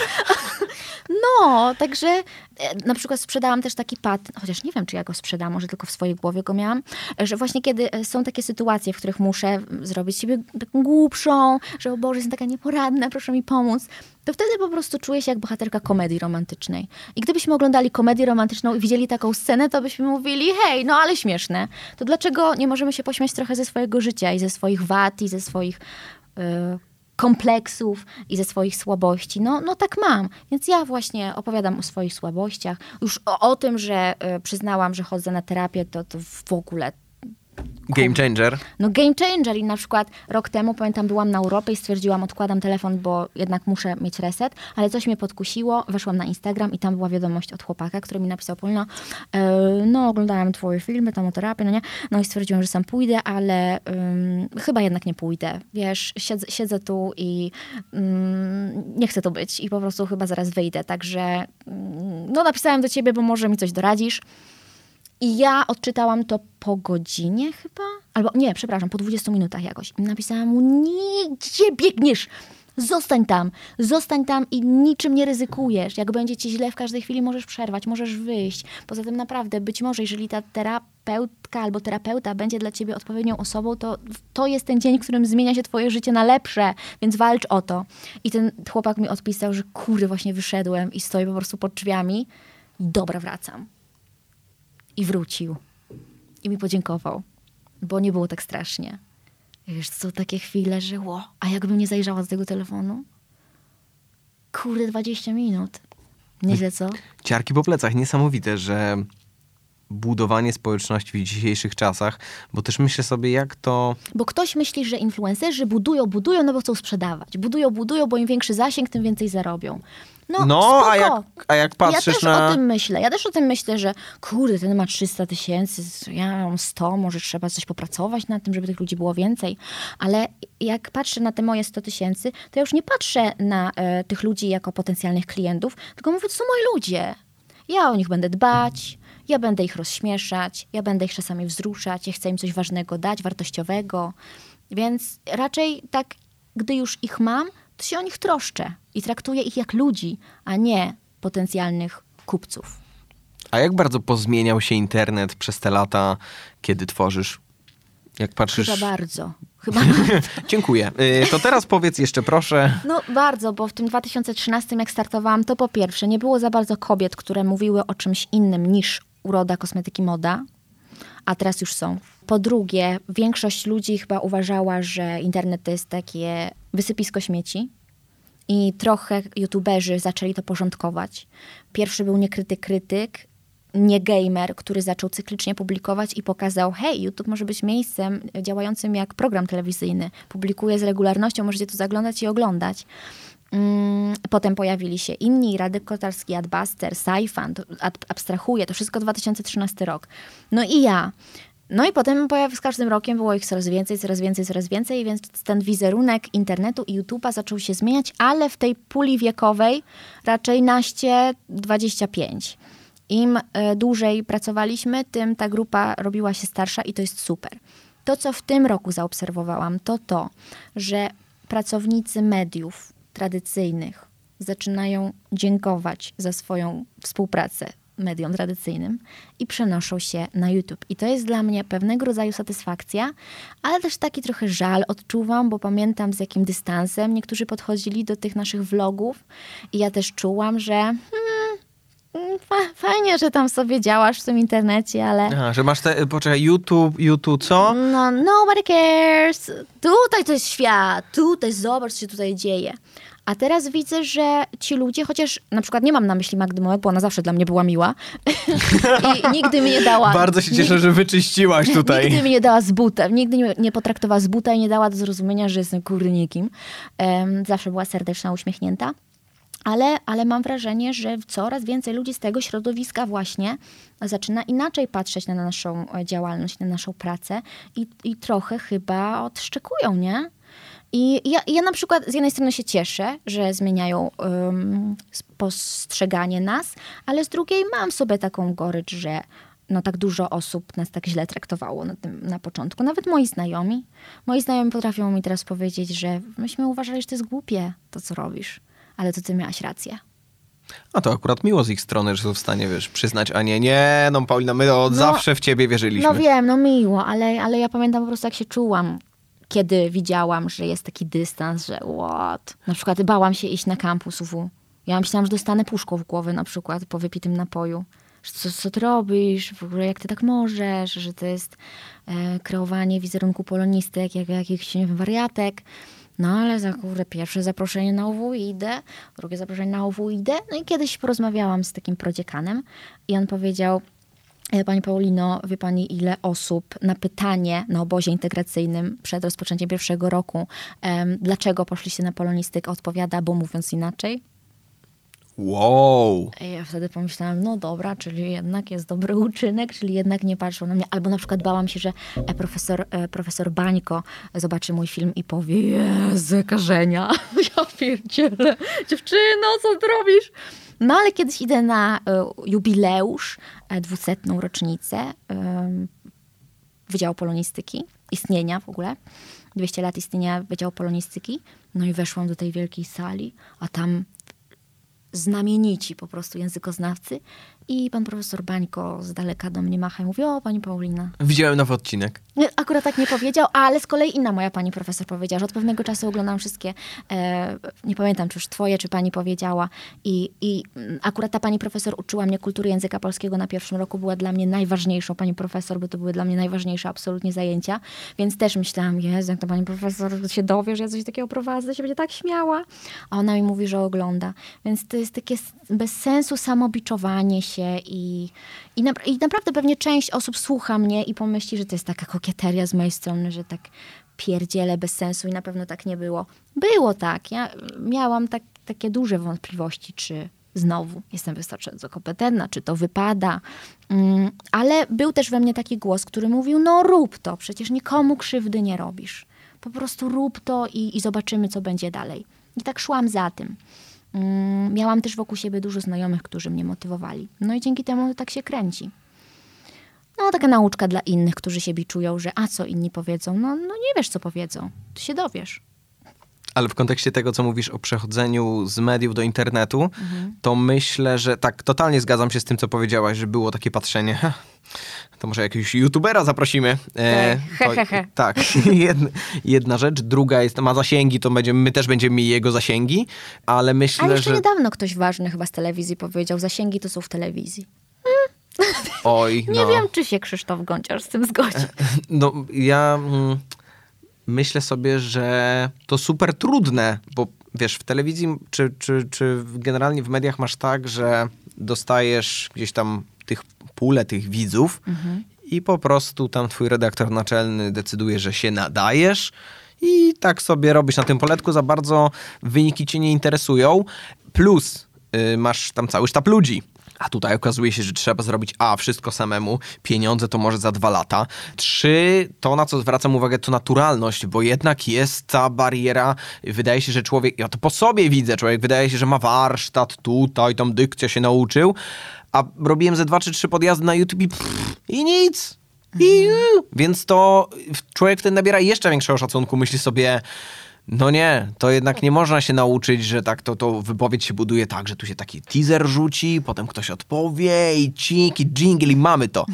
No, także na przykład sprzedałam też taki patent, chociaż nie wiem, czy ja go sprzedam, może tylko w swojej głowie go miałam, że właśnie kiedy są takie sytuacje, w których muszę zrobić siebie taką głupszą, że o Boże, jestem taka nieporadna, proszę mi pomóc, to wtedy po prostu czuję się jak bohaterka komedii romantycznej. I gdybyśmy oglądali komedię romantyczną i widzieli taką scenę, to byśmy mówili, hej, no ale śmieszne. To dlaczego nie możemy się pośmiać trochę ze swojego życia i ze swoich wad i ze swoich yy, kompleksów i ze swoich słabości? No, no tak mam. Więc ja właśnie opowiadam o swoich słabościach. Już o, o tym, że yy, przyznałam, że chodzę na terapię, to, to w ogóle... Game changer. No game changer i na przykład rok temu, pamiętam, byłam na urlopie i stwierdziłam, odkładam telefon, bo jednak muszę mieć reset, ale coś mnie podkusiło, weszłam na Instagram i tam była wiadomość od chłopaka, który mi napisał, Paulina, yy, no oglądałam twoje filmy, tam o terapii, no nie, no i stwierdziłam, że sam pójdę, ale yy, chyba jednak nie pójdę, wiesz, siedzę, siedzę tu i yy, nie chcę tu być i po prostu chyba zaraz wyjdę, także yy, no napisałam do ciebie, bo może mi coś doradzisz. I ja odczytałam to po godzinie chyba, albo nie, przepraszam, po dwudziestu minutach jakoś. I napisałam mu, nie, gdzie biegniesz? Zostań tam, zostań tam i niczym nie ryzykujesz. Jak będzie ci źle, w każdej chwili możesz przerwać, możesz wyjść. Poza tym naprawdę, być może, jeżeli ta terapeutka albo terapeuta będzie dla ciebie odpowiednią osobą, to to jest ten dzień, w którym zmienia się twoje życie na lepsze, więc walcz o to. I ten chłopak mi odpisał, że kurde, właśnie wyszedłem i stoję po prostu pod drzwiami i dobra, wracam. I wrócił. I mi podziękował, bo nie było tak strasznie. Wiesz, co takie chwile, że ło, a jakbym nie zajrzała z tego telefonu? Kurde, dwadzieścia minut. Nieźle, co? Ciarki po plecach. Niesamowite, że budowanie społeczności w dzisiejszych czasach, bo też myślę sobie, jak to... Bo ktoś myśli, że influencerzy budują, budują, no bo chcą sprzedawać. Budują, budują, bo im większy zasięg, tym więcej zarobią. No, no a, jak, a jak patrzysz ja też na... o tym myślę. Ja też o tym myślę, że kurde, ten ma trzysta tysięcy, ja mam sto, może trzeba coś popracować nad tym, żeby tych ludzi było więcej. Ale jak patrzę na te moje sto tysięcy, to ja już nie patrzę na e, tych ludzi jako potencjalnych klientów, tylko mówię, to są moi ludzie. Ja o nich będę dbać, ja będę ich rozśmieszać, ja będę ich czasami wzruszać, ja chcę im coś ważnego dać, wartościowego. Więc raczej tak, gdy już ich mam, to się o nich troszczę i traktuję ich jak ludzi, a nie potencjalnych kupców. A jak bardzo pozmieniał się internet przez te lata, kiedy tworzysz? Jak patrzysz... Chyba bardzo. Chyba Dziękuję. To teraz powiedz jeszcze proszę. No bardzo, bo w tym dwa tysiące trzynastym jak startowałam, to po pierwsze nie było za bardzo kobiet, które mówiły o czymś innym niż uroda, kosmetyki, moda, a teraz już są. Po drugie, większość ludzi chyba uważała, że internet to jest takie wysypisko śmieci i trochę youtuberzy zaczęli to porządkować. Pierwszy był niekryty krytyk, nie gamer, który zaczął cyklicznie publikować i pokazał, hej, YouTube może być miejscem działającym jak program telewizyjny. Publikuje z regularnością, możecie tu zaglądać i oglądać. Potem pojawili się inni, Radek Kotarski, Adbuster, Saifan, ad, abstrahuję, to wszystko dwa tysiące trzynasty rok. No i ja. No i potem z każdym rokiem było ich coraz więcej, coraz więcej, coraz więcej, więc ten wizerunek internetu i YouTube'a zaczął się zmieniać, ale w tej puli wiekowej raczej naście dwadzieścia pięć. Im dłużej pracowaliśmy, tym ta grupa robiła się starsza i to jest super. To, co w tym roku zaobserwowałam, to to, że pracownicy mediów tradycyjnych zaczynają dziękować za swoją współpracę mediom tradycyjnym i przenoszą się na YouTube. I to jest dla mnie pewnego rodzaju satysfakcja, ale też taki trochę żal odczuwam, bo pamiętam, z jakim dystansem niektórzy podchodzili do tych naszych vlogów i ja też czułam, że hmm, fajnie, że tam sobie działasz w tym internecie, ale... Aha, że masz te, poczekaj, YouTube, YouTube co? No, nobody cares. Tutaj to jest świat, tutaj zobacz, co się tutaj dzieje. A teraz widzę, że ci ludzie, chociaż na przykład nie mam na myśli Magdy Mołek, bo ona zawsze dla mnie była miła i nigdy mi nie dała... Bardzo się cieszę, nigdy, że wyczyściłaś tutaj. Nigdy mi nie dała z buta, nigdy nie, nie potraktowała z buta i nie dała do zrozumienia, że jestem kurnikiem. Um, zawsze była serdeczna, uśmiechnięta. Ale, ale mam wrażenie, że coraz więcej ludzi z tego środowiska właśnie zaczyna inaczej patrzeć na naszą działalność, na naszą pracę i, i trochę chyba odszczekują, nie? I ja, ja na przykład z jednej strony się cieszę, że zmieniają um, postrzeganie nas, ale z drugiej mam sobie taką gorycz, że no, tak dużo osób nas tak źle traktowało na, tym, na początku. Nawet moi znajomi. Moi znajomi potrafią mi teraz powiedzieć, że myśmy uważali, że to jest głupie, to co robisz. Ale to ty miałaś rację. A to akurat miło z ich strony, że są w stanie, wiesz, przyznać, a nie, nie, no Paulina, my od no, zawsze w ciebie wierzyliśmy. No wiem, no miło, ale, ale ja pamiętam po prostu, jak się czułam, kiedy widziałam, że jest taki dystans, że what? Na przykład bałam się iść na kampus U W. Ja myślałam, że dostanę puszką w głowę na przykład po wypitym napoju. Co, co ty robisz? W ogóle jak ty tak możesz? Że to jest e, kreowanie wizerunku polonistek, jak jakichś, nie wiem, wariatek. No ale za kurde, pierwsze zaproszenie na U W idę, drugie zaproszenie na U W idę. No i kiedyś porozmawiałam z takim prodziekanem i on powiedział: Pani Paulino, wie pani, ile osób na pytanie na obozie integracyjnym przed rozpoczęciem pierwszego roku, um, dlaczego poszliście na polonistykę, odpowiada, bo mówiąc inaczej. Wow. I ja wtedy pomyślałam, no dobra, czyli jednak jest dobry uczynek, czyli jednak nie patrzą na mnie. Albo na przykład bałam się, że profesor, profesor Bańko zobaczy mój film i powie: Jezu, karzenia. Ja pierdzielę. Dziewczyno, co ty robisz? No ale kiedyś idę na y, jubileusz, y, dwusetną rocznicę y, Wydziału Polonistyki, istnienia w ogóle. dwieście lat istnienia Wydziału Polonistyki. No i weszłam do tej wielkiej sali, a tam znamienici po prostu językoznawcy. I pan profesor Bańko z daleka do mnie macha i mówi: o, pani Paulina. Widziałem nowy odcinek. Akurat tak nie powiedział, ale z kolei inna moja pani profesor powiedziała, że od pewnego czasu oglądam wszystkie, e, nie pamiętam, czy już twoje, czy pani powiedziała. I, I akurat ta pani profesor uczyła mnie kultury języka polskiego na pierwszym roku. Była dla mnie najważniejszą pani profesor, bo to były dla mnie najważniejsze absolutnie zajęcia. Więc też myślałam: Jezu, jak ta pani profesor się dowie, że ja coś takiego prowadzę, się będzie tak śmiała. A ona mi mówi, że ogląda. Więc to jest takie bez sensu samobiczowanie się i, i, na, i naprawdę pewnie część osób słucha mnie i pomyśli, że to jest taka kokieteria z mojej strony, że tak pierdzielę bez sensu i na pewno tak nie było. Było tak. Ja miałam tak, takie duże wątpliwości, czy znowu jestem wystarczająco kompetentna, czy to wypada. Um, ale był też we mnie taki głos, który mówił: no rób to, przecież nikomu krzywdy nie robisz. Po prostu rób to i, i zobaczymy, co będzie dalej. I tak szłam za tym. Um, miałam też wokół siebie dużo znajomych, którzy mnie motywowali. No i dzięki temu tak się kręci. No taka nauczka dla innych, którzy się biczują, że a co inni powiedzą? No, no nie wiesz, co powiedzą. Ty się dowiesz. Ale w kontekście tego, co mówisz o przechodzeniu z mediów do internetu, mhm. to myślę, że tak, totalnie zgadzam się z tym, co powiedziałaś, że było takie patrzenie. To może jakiegoś youtubera zaprosimy. E, he, he, he. Tak, jedna, jedna rzecz. Druga jest, ma zasięgi, to będziemy, my też będziemy mieli jego zasięgi, ale myślę, ale jeszcze że... niedawno ktoś ważny chyba z telewizji powiedział: zasięgi to są w telewizji. Oj, Nie no. wiem, czy się Krzysztof Gonciarz z tym zgodzi. No, ja mm, myślę sobie, że to super trudne, bo wiesz, w telewizji czy, czy, czy generalnie w mediach masz tak, że dostajesz gdzieś tam tych pulę tych widzów mhm. i po prostu tam twój redaktor naczelny decyduje, że się nadajesz i tak sobie robisz na tym poletku, za bardzo wyniki cię nie interesują, plus y, masz tam cały sztab ludzi. A tutaj okazuje się, że trzeba zrobić a, wszystko samemu, pieniądze to może za dwa lata. Trzy, to na co zwracam uwagę, to naturalność, bo jednak jest ta bariera, wydaje się, że człowiek, ja to po sobie widzę, człowiek wydaje się, że ma warsztat tutaj, tam dykcja się nauczył, a robiłem ze dwa czy trzy podjazdy na YouTube i, pff, i nic. I, mm. Więc to człowiek wtedy nabiera jeszcze większego szacunku, myśli sobie... No nie, to jednak nie można się nauczyć, że tak to, to wypowiedź się buduje tak, że tu się taki teaser rzuci, potem ktoś odpowie i ciki, jingle i mamy to.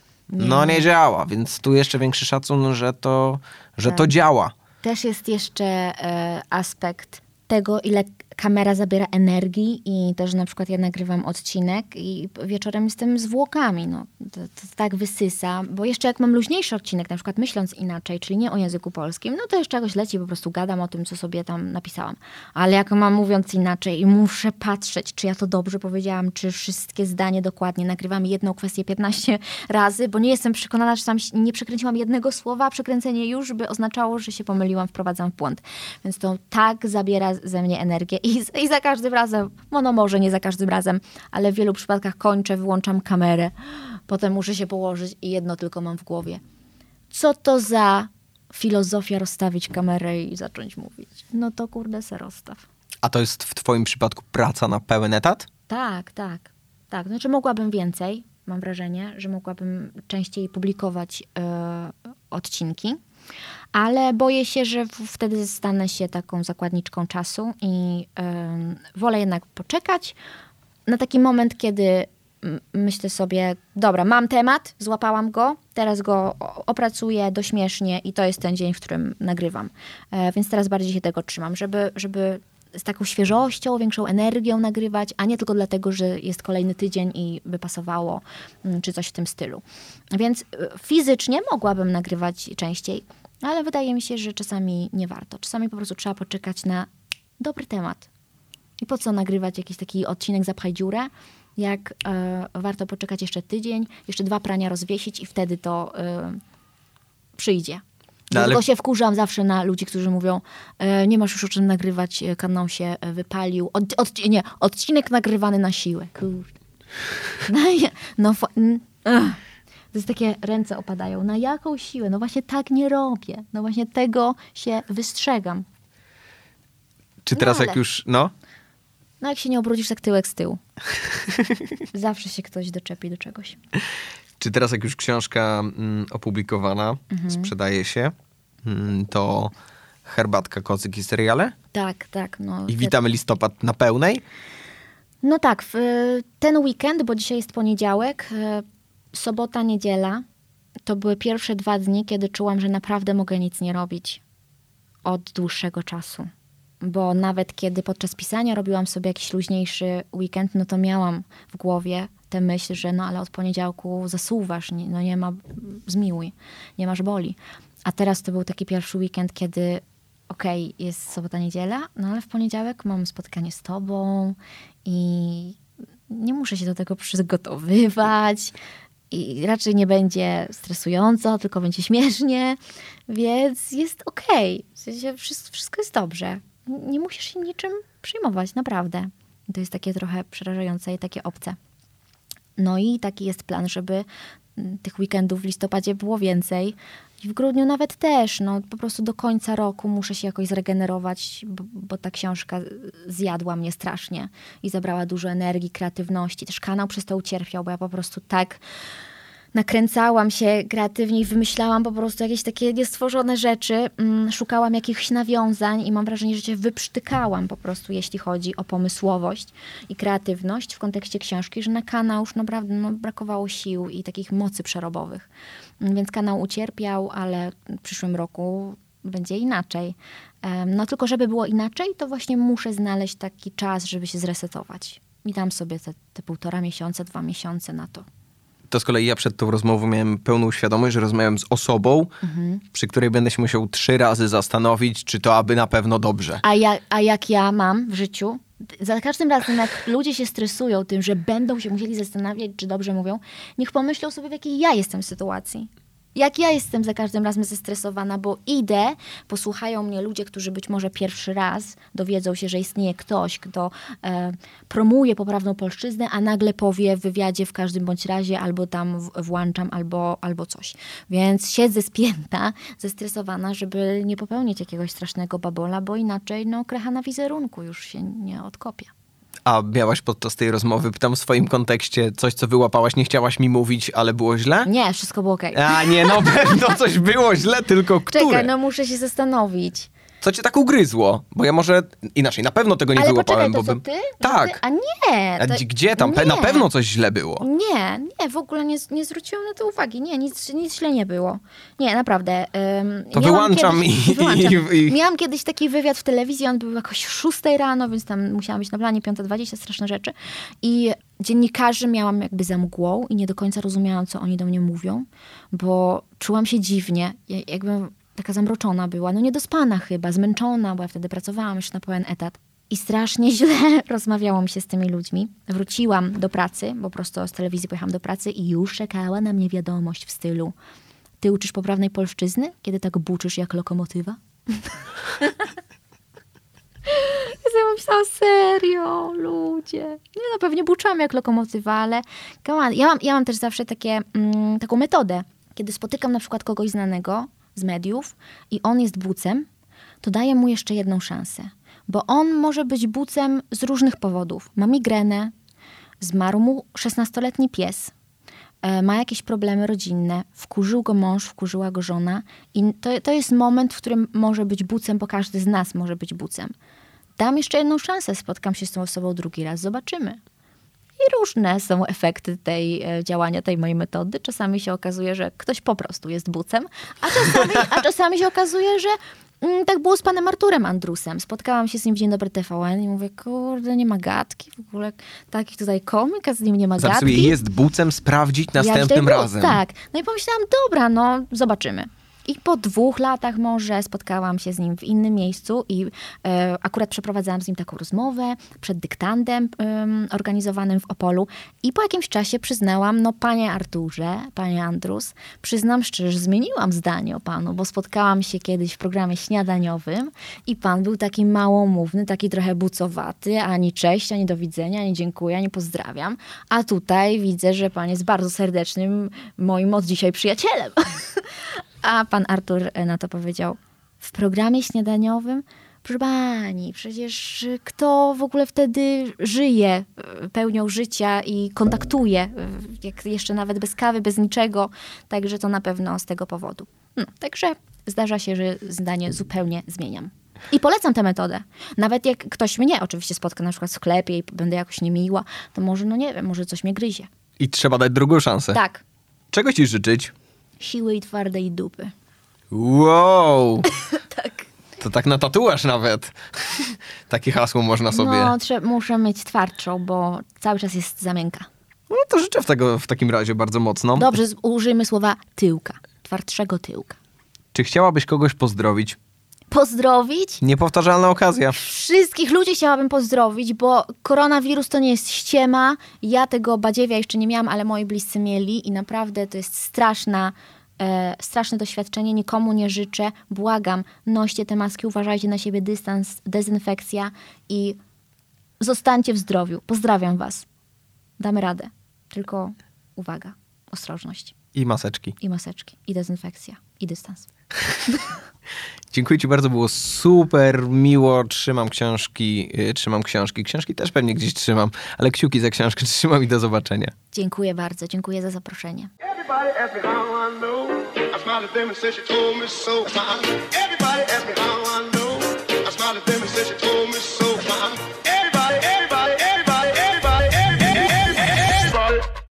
No nie działa, więc tu jeszcze większy szacun, że to, że to działa. Też jest jeszcze e, aspekt tego, ile kamera zabiera energii i też na przykład ja nagrywam odcinek i wieczorem jestem zwłokami, no. To, to tak wysysa, bo jeszcze jak mam luźniejszy odcinek, na przykład myśląc inaczej, czyli nie o języku polskim, no to jeszcze jakoś leci, po prostu gadam o tym, co sobie tam napisałam. Ale jak mam mówiąc inaczej i muszę patrzeć, czy ja to dobrze powiedziałam, czy wszystkie zdanie dokładnie, nagrywam jedną kwestię piętnaście razy, bo nie jestem przekonana, że tam nie przekręciłam jednego słowa, a przekręcenie już by oznaczało, że się pomyliłam, wprowadzam w błąd. Więc to tak zabiera ze mnie energię. I, I za każdym razem, no może nie za każdym razem, ale w wielu przypadkach kończę, wyłączam kamerę, potem muszę się położyć i jedno tylko mam w głowie. Co to za filozofia rozstawić kamerę i zacząć mówić? No to kurde se rozstaw. A to jest w twoim przypadku praca na pełen etat? Tak, tak. tak. Znaczy mogłabym więcej, mam wrażenie, że mogłabym częściej publikować yy, odcinki. Ale boję się, że w- wtedy stanę się taką zakładniczką czasu i y, wolę jednak poczekać na taki moment, kiedy m- myślę sobie, dobra, mam temat, złapałam go, teraz go o- opracuję dośmiesznie i to jest ten dzień, w którym nagrywam. E, więc teraz bardziej się tego trzymam, żeby, żeby z taką świeżością, większą energią nagrywać, a nie tylko dlatego, że jest kolejny tydzień i by pasowało, mm, czy coś w tym stylu. Więc y, fizycznie mogłabym nagrywać częściej, ale wydaje mi się, że czasami nie warto. Czasami po prostu trzeba poczekać na dobry temat. I po co nagrywać jakiś taki odcinek Zapchaj dziurę, jak e, warto poczekać jeszcze tydzień, jeszcze dwa prania rozwiesić i wtedy to e, przyjdzie. No, ale... Tylko się wkurzam zawsze na ludzi, którzy mówią, e, nie masz już o czym nagrywać, e, kanał się e, wypalił. Od, od, nie, odcinek nagrywany na siłę. Kurde. No, no, no to jest takie, ręce opadają. Na jaką siłę? No właśnie tak nie robię. No właśnie tego się wystrzegam. Czy teraz no, ale... jak już, no? No jak się nie obrócisz, tak tyłek z tyłu. Zawsze się ktoś doczepi do czegoś. Czy teraz jak już książka mm, opublikowana, mhm. sprzedaje się, to herbatka, kocyk i seriale? Tak, tak. No, I witamy listopad na pełnej? No tak, w ten weekend, bo dzisiaj jest poniedziałek, sobota, niedziela, to były pierwsze dwa dni, kiedy czułam, że naprawdę mogę nic nie robić od dłuższego czasu. Bo nawet kiedy podczas pisania robiłam sobie jakiś luźniejszy weekend, no to miałam w głowie tę myśl, że no ale od poniedziałku zasuwasz, nie, no nie ma, zmiłuj, nie masz boli. A teraz to był taki pierwszy weekend, kiedy okej, okay, jest sobota, niedziela, no ale w poniedziałek mam spotkanie z tobą i nie muszę się do tego przygotowywać i raczej nie będzie stresująco, tylko będzie śmiesznie, więc jest okej. Okay. W sensie wszystko, wszystko jest dobrze. Nie musisz się niczym przejmować, naprawdę. I to jest takie trochę przerażające i takie obce. No i taki jest plan, żeby tych weekendów w listopadzie było więcej. I w grudniu nawet też, no po prostu do końca roku muszę się jakoś zregenerować, bo, bo ta książka zjadła mnie strasznie i zabrała dużo energii, kreatywności. Też kanał przez to ucierpiał, bo ja po prostu tak nakręcałam się kreatywnie i wymyślałam po prostu jakieś takie niestworzone rzeczy. Mm, szukałam jakichś nawiązań i mam wrażenie, że się wyprztykałam po prostu, jeśli chodzi o pomysłowość i kreatywność w kontekście książki, że na kanał już naprawdę no, brakowało sił i takich mocy przerobowych. Więc kanał ucierpiał, ale w przyszłym roku będzie inaczej. No tylko żeby było inaczej, to właśnie muszę znaleźć taki czas, żeby się zresetować. I dam sobie te, te półtora miesiąca, dwa miesiące na to. To z kolei ja przed tą rozmową miałem pełną świadomość, że rozmawiam z osobą, mhm. przy której będę się musiał trzy razy zastanowić, czy to aby na pewno dobrze. A, ja, a jak ja mam w życiu, za każdym razem jak ludzie się stresują tym, że będą się musieli zastanawiać, czy dobrze mówią, niech pomyślą sobie, w jakiej ja jestem sytuacji. Jak ja jestem za każdym razem zestresowana, bo idę, posłuchają mnie ludzie, którzy być może pierwszy raz dowiedzą się, że istnieje ktoś, kto e, promuje poprawną polszczyznę, a nagle powie w wywiadzie w każdym bądź razie albo tam w, włączam, albo, albo coś. Więc siedzę spięta, zestresowana, żeby nie popełnić jakiegoś strasznego babola, bo inaczej no, krecha na wizerunku już się nie odkopie. A miałaś podczas tej rozmowy, pytam w swoim kontekście, coś, co wyłapałaś, nie chciałaś mi mówić, ale było źle? Nie, wszystko było okej. A nie, no pewno coś było źle, tylko które? Czekaj, no muszę się zastanowić. Co cię tak ugryzło? Bo ja może inaczej, na pewno tego nie ale wyłapałem. Poczekaj, to bo co bym... ty? Tak. Ty? A nie. A to... gdzie tam? Nie. Na pewno coś źle było. Nie, nie, w ogóle nie, nie zwróciłam na to uwagi. Nie, nic, nic źle nie było. Nie, naprawdę. Um, to wyłączam kiedyś, i, wyłączam. i, i... Miałam kiedyś taki wywiad w telewizji, on był jakoś szóstej rano, więc tam musiałam być na planie piąta dwadzieścia, straszne rzeczy. I dziennikarzy miałam jakby za mgłą i nie do końca rozumiałam, co oni do mnie mówią, bo czułam się dziwnie. Jakbym taka zamroczona była, no niedospana chyba, zmęczona, bo ja wtedy pracowałam już na pełen etat. I strasznie źle rozmawiało mi się z tymi ludźmi. Wróciłam do pracy, bo prosto z telewizji pojechałam do pracy i już czekała na mnie wiadomość w stylu: ty uczysz poprawnej polszczyzny, kiedy tak buczysz jak lokomotywa? Ja sobie myślałam, serio, ludzie. Nie no, pewnie buczałam jak lokomotywa, ale come on. Ja mam, ja mam też zawsze takie, mm, taką metodę. Kiedy spotykam na przykład kogoś znanego z mediów i on jest bucem, to daję mu jeszcze jedną szansę. Bo on może być bucem z różnych powodów. Ma migrenę, zmarł mu szesnastoletni pies, e, ma jakieś problemy rodzinne, wkurzył go mąż, wkurzyła go żona i to, to jest moment, w którym może być bucem, bo każdy z nas może być bucem. Dam jeszcze jedną szansę, spotkam się z tą osobą drugi raz, zobaczymy. I różne są efekty tej e, działania, tej mojej metody. Czasami się okazuje, że ktoś po prostu jest bucem, a czasami, a czasami się okazuje, że mm, tak było z panem Arturem Andrusem. Spotkałam się z nim w Dzień Dobry T V N i mówię, kurde, nie ma gadki. W ogóle taki tutaj komik, a z nim nie ma Zaraz gadki. sobie jest bucem sprawdzić następnym ja razem. Tak. No i pomyślałam, dobra, no zobaczymy. I po dwóch latach może spotkałam się z nim w innym miejscu i e, akurat przeprowadzałam z nim taką rozmowę przed dyktandem e, organizowanym w Opolu. I po jakimś czasie przyznałam, no panie Arturze, panie Andrus, przyznam szczerze, że zmieniłam zdanie o panu, bo spotkałam się kiedyś w programie śniadaniowym i pan był taki małomówny, taki trochę bucowaty, ani cześć, ani do widzenia, ani dziękuję, ani pozdrawiam. A tutaj widzę, że pan jest bardzo serdecznym moim od dzisiaj przyjacielem. A pan Artur na to powiedział: w programie śniadaniowym? Proszę pani, przecież kto w ogóle wtedy żyje pełnią życia i kontaktuje, jak jeszcze nawet bez kawy, bez niczego. Także to na pewno z tego powodu. No, także zdarza się, że zdanie zupełnie zmieniam. I polecam tę metodę. Nawet jak ktoś mnie oczywiście spotka na przykład w sklepie i będę jakoś niemiła, to może, no nie wiem, może coś mnie gryzie. I trzeba dać drugą szansę. Tak. Czego ci życzyć? Siły i twardej dupy. Wow! Tak. To tak na tatuaż nawet. Takie hasło można sobie... No, trze- muszę mieć twardszą, bo cały czas jest zamiękka. No to życzę w, tego, w takim razie bardzo mocno. Dobrze, z- użyjmy słowa tyłka. Twardszego tyłka. Czy chciałabyś kogoś pozdrowić? Pozdrowić? Niepowtarzalna okazja. Wszystkich ludzi chciałabym pozdrowić, bo koronawirus to nie jest ściema. Ja tego badziewia jeszcze nie miałam, ale moi bliscy mieli i naprawdę to jest straszna, e, straszne doświadczenie. Nikomu nie życzę. Błagam, noście te maski, uważajcie na siebie, dystans, dezynfekcja i zostańcie w zdrowiu. Pozdrawiam was. Damy radę. Tylko uwaga, ostrożność. I maseczki. I maseczki, i dezynfekcja, i dystans. Dziękuję ci bardzo, było super miło. Trzymam książki, yy, trzymam książki. Książki też pewnie gdzieś trzymam, ale kciuki za książkę trzymam i do zobaczenia. Dziękuję bardzo, dziękuję za zaproszenie. Everybody ask me how I know. I smiled at them and said she told me so. Everybody ask me how I know. I smiled at them and said she told me so.